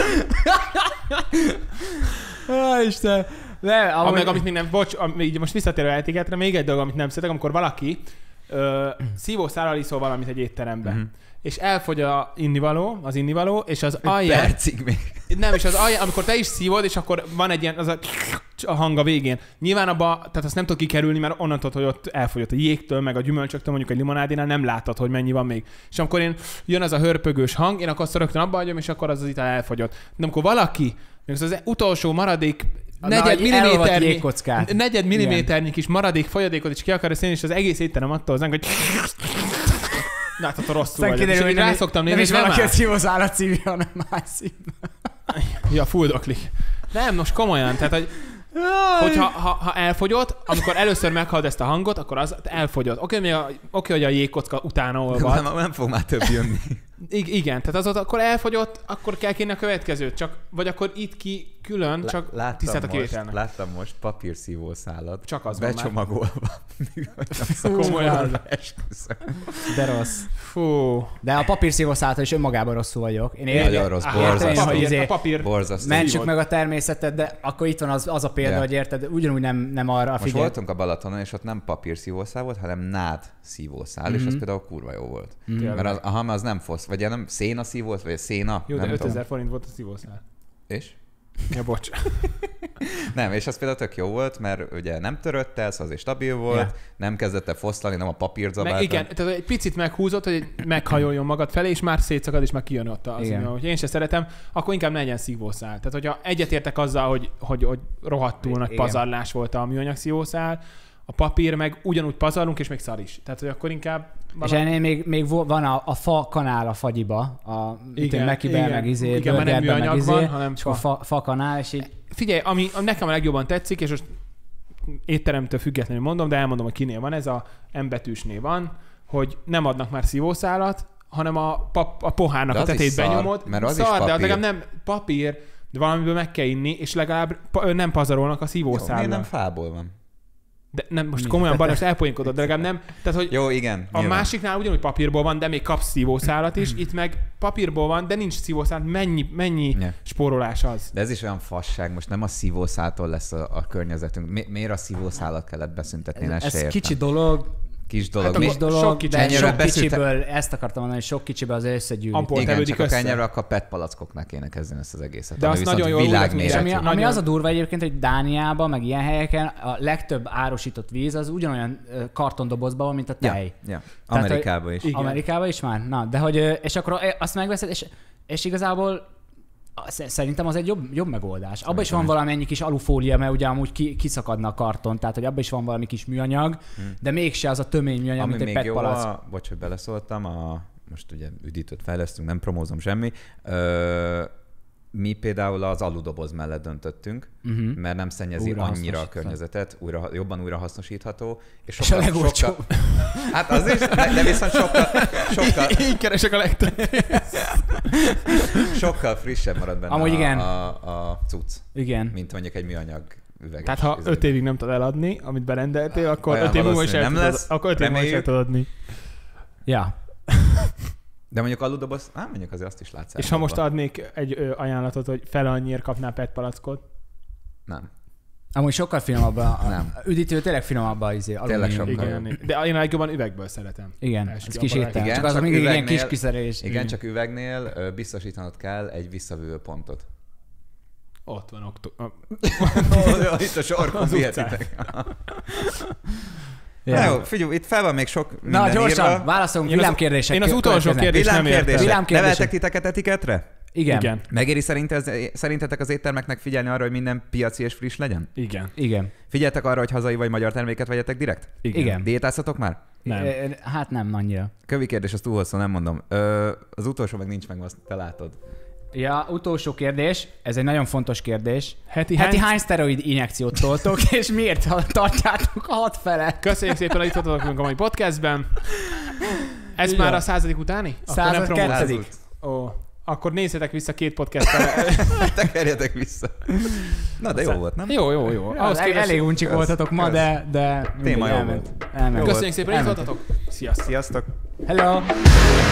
Á, Isten. Ne, A, amúgy... meg amit még nem, bocs, am, így most visszatérő etiketre, még egy dolog, amit nem szeretek, amikor valaki ö, szívószállal iszol valamit egy étteremben. Mhm. És elfogy a innivaló, az innivaló, és az alján... percig még. Nem, és az alján, amikor te is szívod, és akkor van egy ilyen, az a a hang a végén. Nyilván abba, tehát azt nem tudod kikerülni, mert onnantól, hogy ott elfogyott a jégtől, meg a gyümölcsöktől, mondjuk egy limonádinál nem látod, hogy mennyi van még. És amikor én jön az a hörpögős hang, én akkor azt rögtön abba hagyom, és akkor az az ital elfogyott. De amikor valaki, még az, az utolsó maradék negyed milliméternyi, negyed milliméternyi kis maradék folyadékot is ki akarja szélni, és az egész étterem attól hozzánk, hogy látható rosszul vagyok. És én rá szoktam nézni, és nem valaki a szívószálat szívja, hanem más szív. Ja, fuldoklik. Nem, most komolyan, tehát, hogy hogyha ha, ha elfogyott, amikor először meghallod ezt a hangot, akkor az elfogyott. Oké, okay, oké, okay, hogy a jégkocka utána olvad. Nem, nem fog már több jönni. I- igen, tehát az ott akkor elfogyott, akkor kell kérni a következőt, csak, vagy akkor itt ki külön, csak Lá- tisztelt a kivételnek. Láttam most papírszívószálat. Csak az van már. becsomagolva. Komolyan. De rossz. Fú. De a papírszívószálltal is önmagában rosszul vagyok. Én értem, Nagyon rossz, Ah, borzasztó. értem, hogy izé- a papír. Borzasztó. mentsük meg a természetet, de akkor itt van az, az a példa, Yeah. hogy érted, ugyanúgy nem, nem arra Most figyel. voltunk a Balatonon, és ott nem papír szívószál volt, hanem nád szívószál, mm-hmm. és az például kurva jó volt. Mm-hmm. Mert az, aha, mert az nem fosz, vagy nem széna szívót, vagy széna. Jó, de nem ötezer tudom. forint volt a szívószál. És? Ja, bocs. Nem, és az például tök jó volt, mert ugye nem törött el, szóval azért stabil volt, Yeah. nem kezdett el foszlani, nem a papírt zabálta. Meg igen, tehát egy picit meghúzott, hogy meghajoljon magad felé, és már szétszakad, és már kijön ott az. Igen. Hogy én se szeretem, akkor inkább ne legyen szívószál. Tehát, hogyha egyetértek azzal, hogy, hogy, hogy rohadtul nagy Igen. pazarlás volt a műanyag szívószál, a papír meg ugyanúgy pazarlunk, és még szar is. Tehát, hogy akkor inkább... És ennél még, még vo- van a, a fa kanál a fagyiba, a Igen, Mekiben, igen. meg izé, Igen, mert nem burgerben, meg műanyag izé, van, hanem és akkor fa. fa, fa kanál, és így... Figyelj, ami nekem a legjobban tetszik, és most étteremtől függetlenül mondom, de elmondom, hogy kinél van ez, a M betűsnél van, hogy nem adnak már szívószálat, hanem a, pap, a pohárnak De a az is tetét szar, benyomod. mert az szar, is de az papír. legalább nem papír, de valamiből meg kell inni, és legalább pa, nem pazarolnak a Jó, szívószállal. miért nem fából van? De nem, most Mi? komolyan baj, most elpoénkodod, de legalább nem. Tehát, hogy Jó, igen. a másiknál ugyanúgy papírból van, de még kapsz szívószálat is, itt meg papírból van, de nincs szívószál. Mennyi, mennyi Ja. spórolás az? De ez is olyan fasság, most nem a szívószáltól lesz a, a környezetünk. Mi, miért a szívószálat kellett beszüntetni? Én ezt Ez se értem. kicsi dolog, Kis dolog. Hát Mi- kis dolog, sok kicsi- de Ennyire sok beszülte- kicsiből, ezt akartam mondani, hogy sok kicsiből az összegyűlik. Ampol- Igen, tevődik csak a össze. kenyerre akkor pet palackoknál kéne kezdeni ezt az egészet. De ami azt viszont nagyon jól világméretű. És ami, Nagyon- ami az a durva egyébként, hogy Dániában, meg ilyen helyeken a legtöbb árusított víz az ugyanolyan ö, kartondobozban van, mint a tej. Ja, ja. Tehát, Amerikában is. Igen. Amerikában is már? Na, de hogy, ö, és akkor ö, azt megveszed, és, és igazából sz- szerintem az egy jobb, jobb megoldás. Abban is van valamennyi kis alufólia, mert ugye amúgy ki, kiszakadna a karton, tehát hogy abban is van valami kis műanyag, hmm. de mégse az a tömény műanyag, Ami mint egy még pet jó, palack. a, bocs, hogy beleszóltam, a, most ugye üdítőt fejlesztünk, nem promózom semmi. Ö, mi például az aludoboz mellett döntöttünk, uh-huh. mert nem szennyezi Újra annyira a hasznosítható. környezetet, újra, jobban újra hasznosítható. És, És a legolcsóbb. sokkal, hát az is, de, de viszont sokkal, sokkal, Így keresek a legtöbb. sokkal frissebb marad benne Amúgy a, igen. a, a cucc, Igen. mint mondjuk egy műanyag üveges. Tehát ha izé. öt évig nem tudod eladni, amit berendeltél, akkor Olyan öt év múlva is el valószínű nem tudod, lesz. akkor öt év múlva is el Reméljük. tudod adni. Ja. De mondjuk aludoboz, á, mondjuk azért azt is látsz. És ha most elmondva. adnék egy ö, ajánlatot, hogy fele annyiért kapnál pet palackot, Nem. Amúgy sokkal finomabb a, a Nem. üdítő, tényleg finomabb a izé, Tényleg alumínium. sokkal. igen. De én a legjobban üvegből szeretem. Igen, Els ez ki kis abban étel. Igen, Csak az csak mindig ilyen üvegnél- kis kiszerelés. Igen, csak üvegnél ö, biztosítanod kell egy visszavívő pontot. Ott van okto... Itt a sarkon Az vihetitek. Ja. Na jó, figyelj, itt fel van még sok minden Na gyorsan, írva. válaszolunk Én az- villámkérdések. én az utolsó következnek. kérdést nem értem. Villámkérdések. Villámkérdések. Neveltek titeket etiketre? Igen. Igen. Megéri szerint ez, szerintetek az éttermeknek figyelni arra, hogy minden piaci és friss legyen? Igen. Igen. Figyeltek arra, hogy hazai vagy magyar terméket vegyetek direkt? Igen. Diétáztatok már? Nem. Ö, Hát nem annyira. Kövi kérdés, az túl hosszú, nem mondom. Ö, az utolsó meg nincs meg, azt te látod. Ja, utolsó kérdés, ez egy nagyon fontos kérdés. Heti, Heti hány... hány szteroid injekciót toltok, és miért tartjátok a hat fele? Köszönjük szépen, hogy itt voltatok velünk a mai podcastben. Ez Igen. már a századik utáni? Akkor nem promózunk. századkettő. Ó, akkor nézzetek vissza két podcastra. Tekerjetek vissza. Na, de jó volt, nem? Jó, jó, jó. Ahhoz Ahhoz elég, képest... elég uncsik kösz, voltatok ma, kösz. de, de mindegy, Téma jó elment. volt. Elment. Jó Köszönjük szépen, hogy itt Elment. voltatok. Sziasztok. Sziasztok! Hello!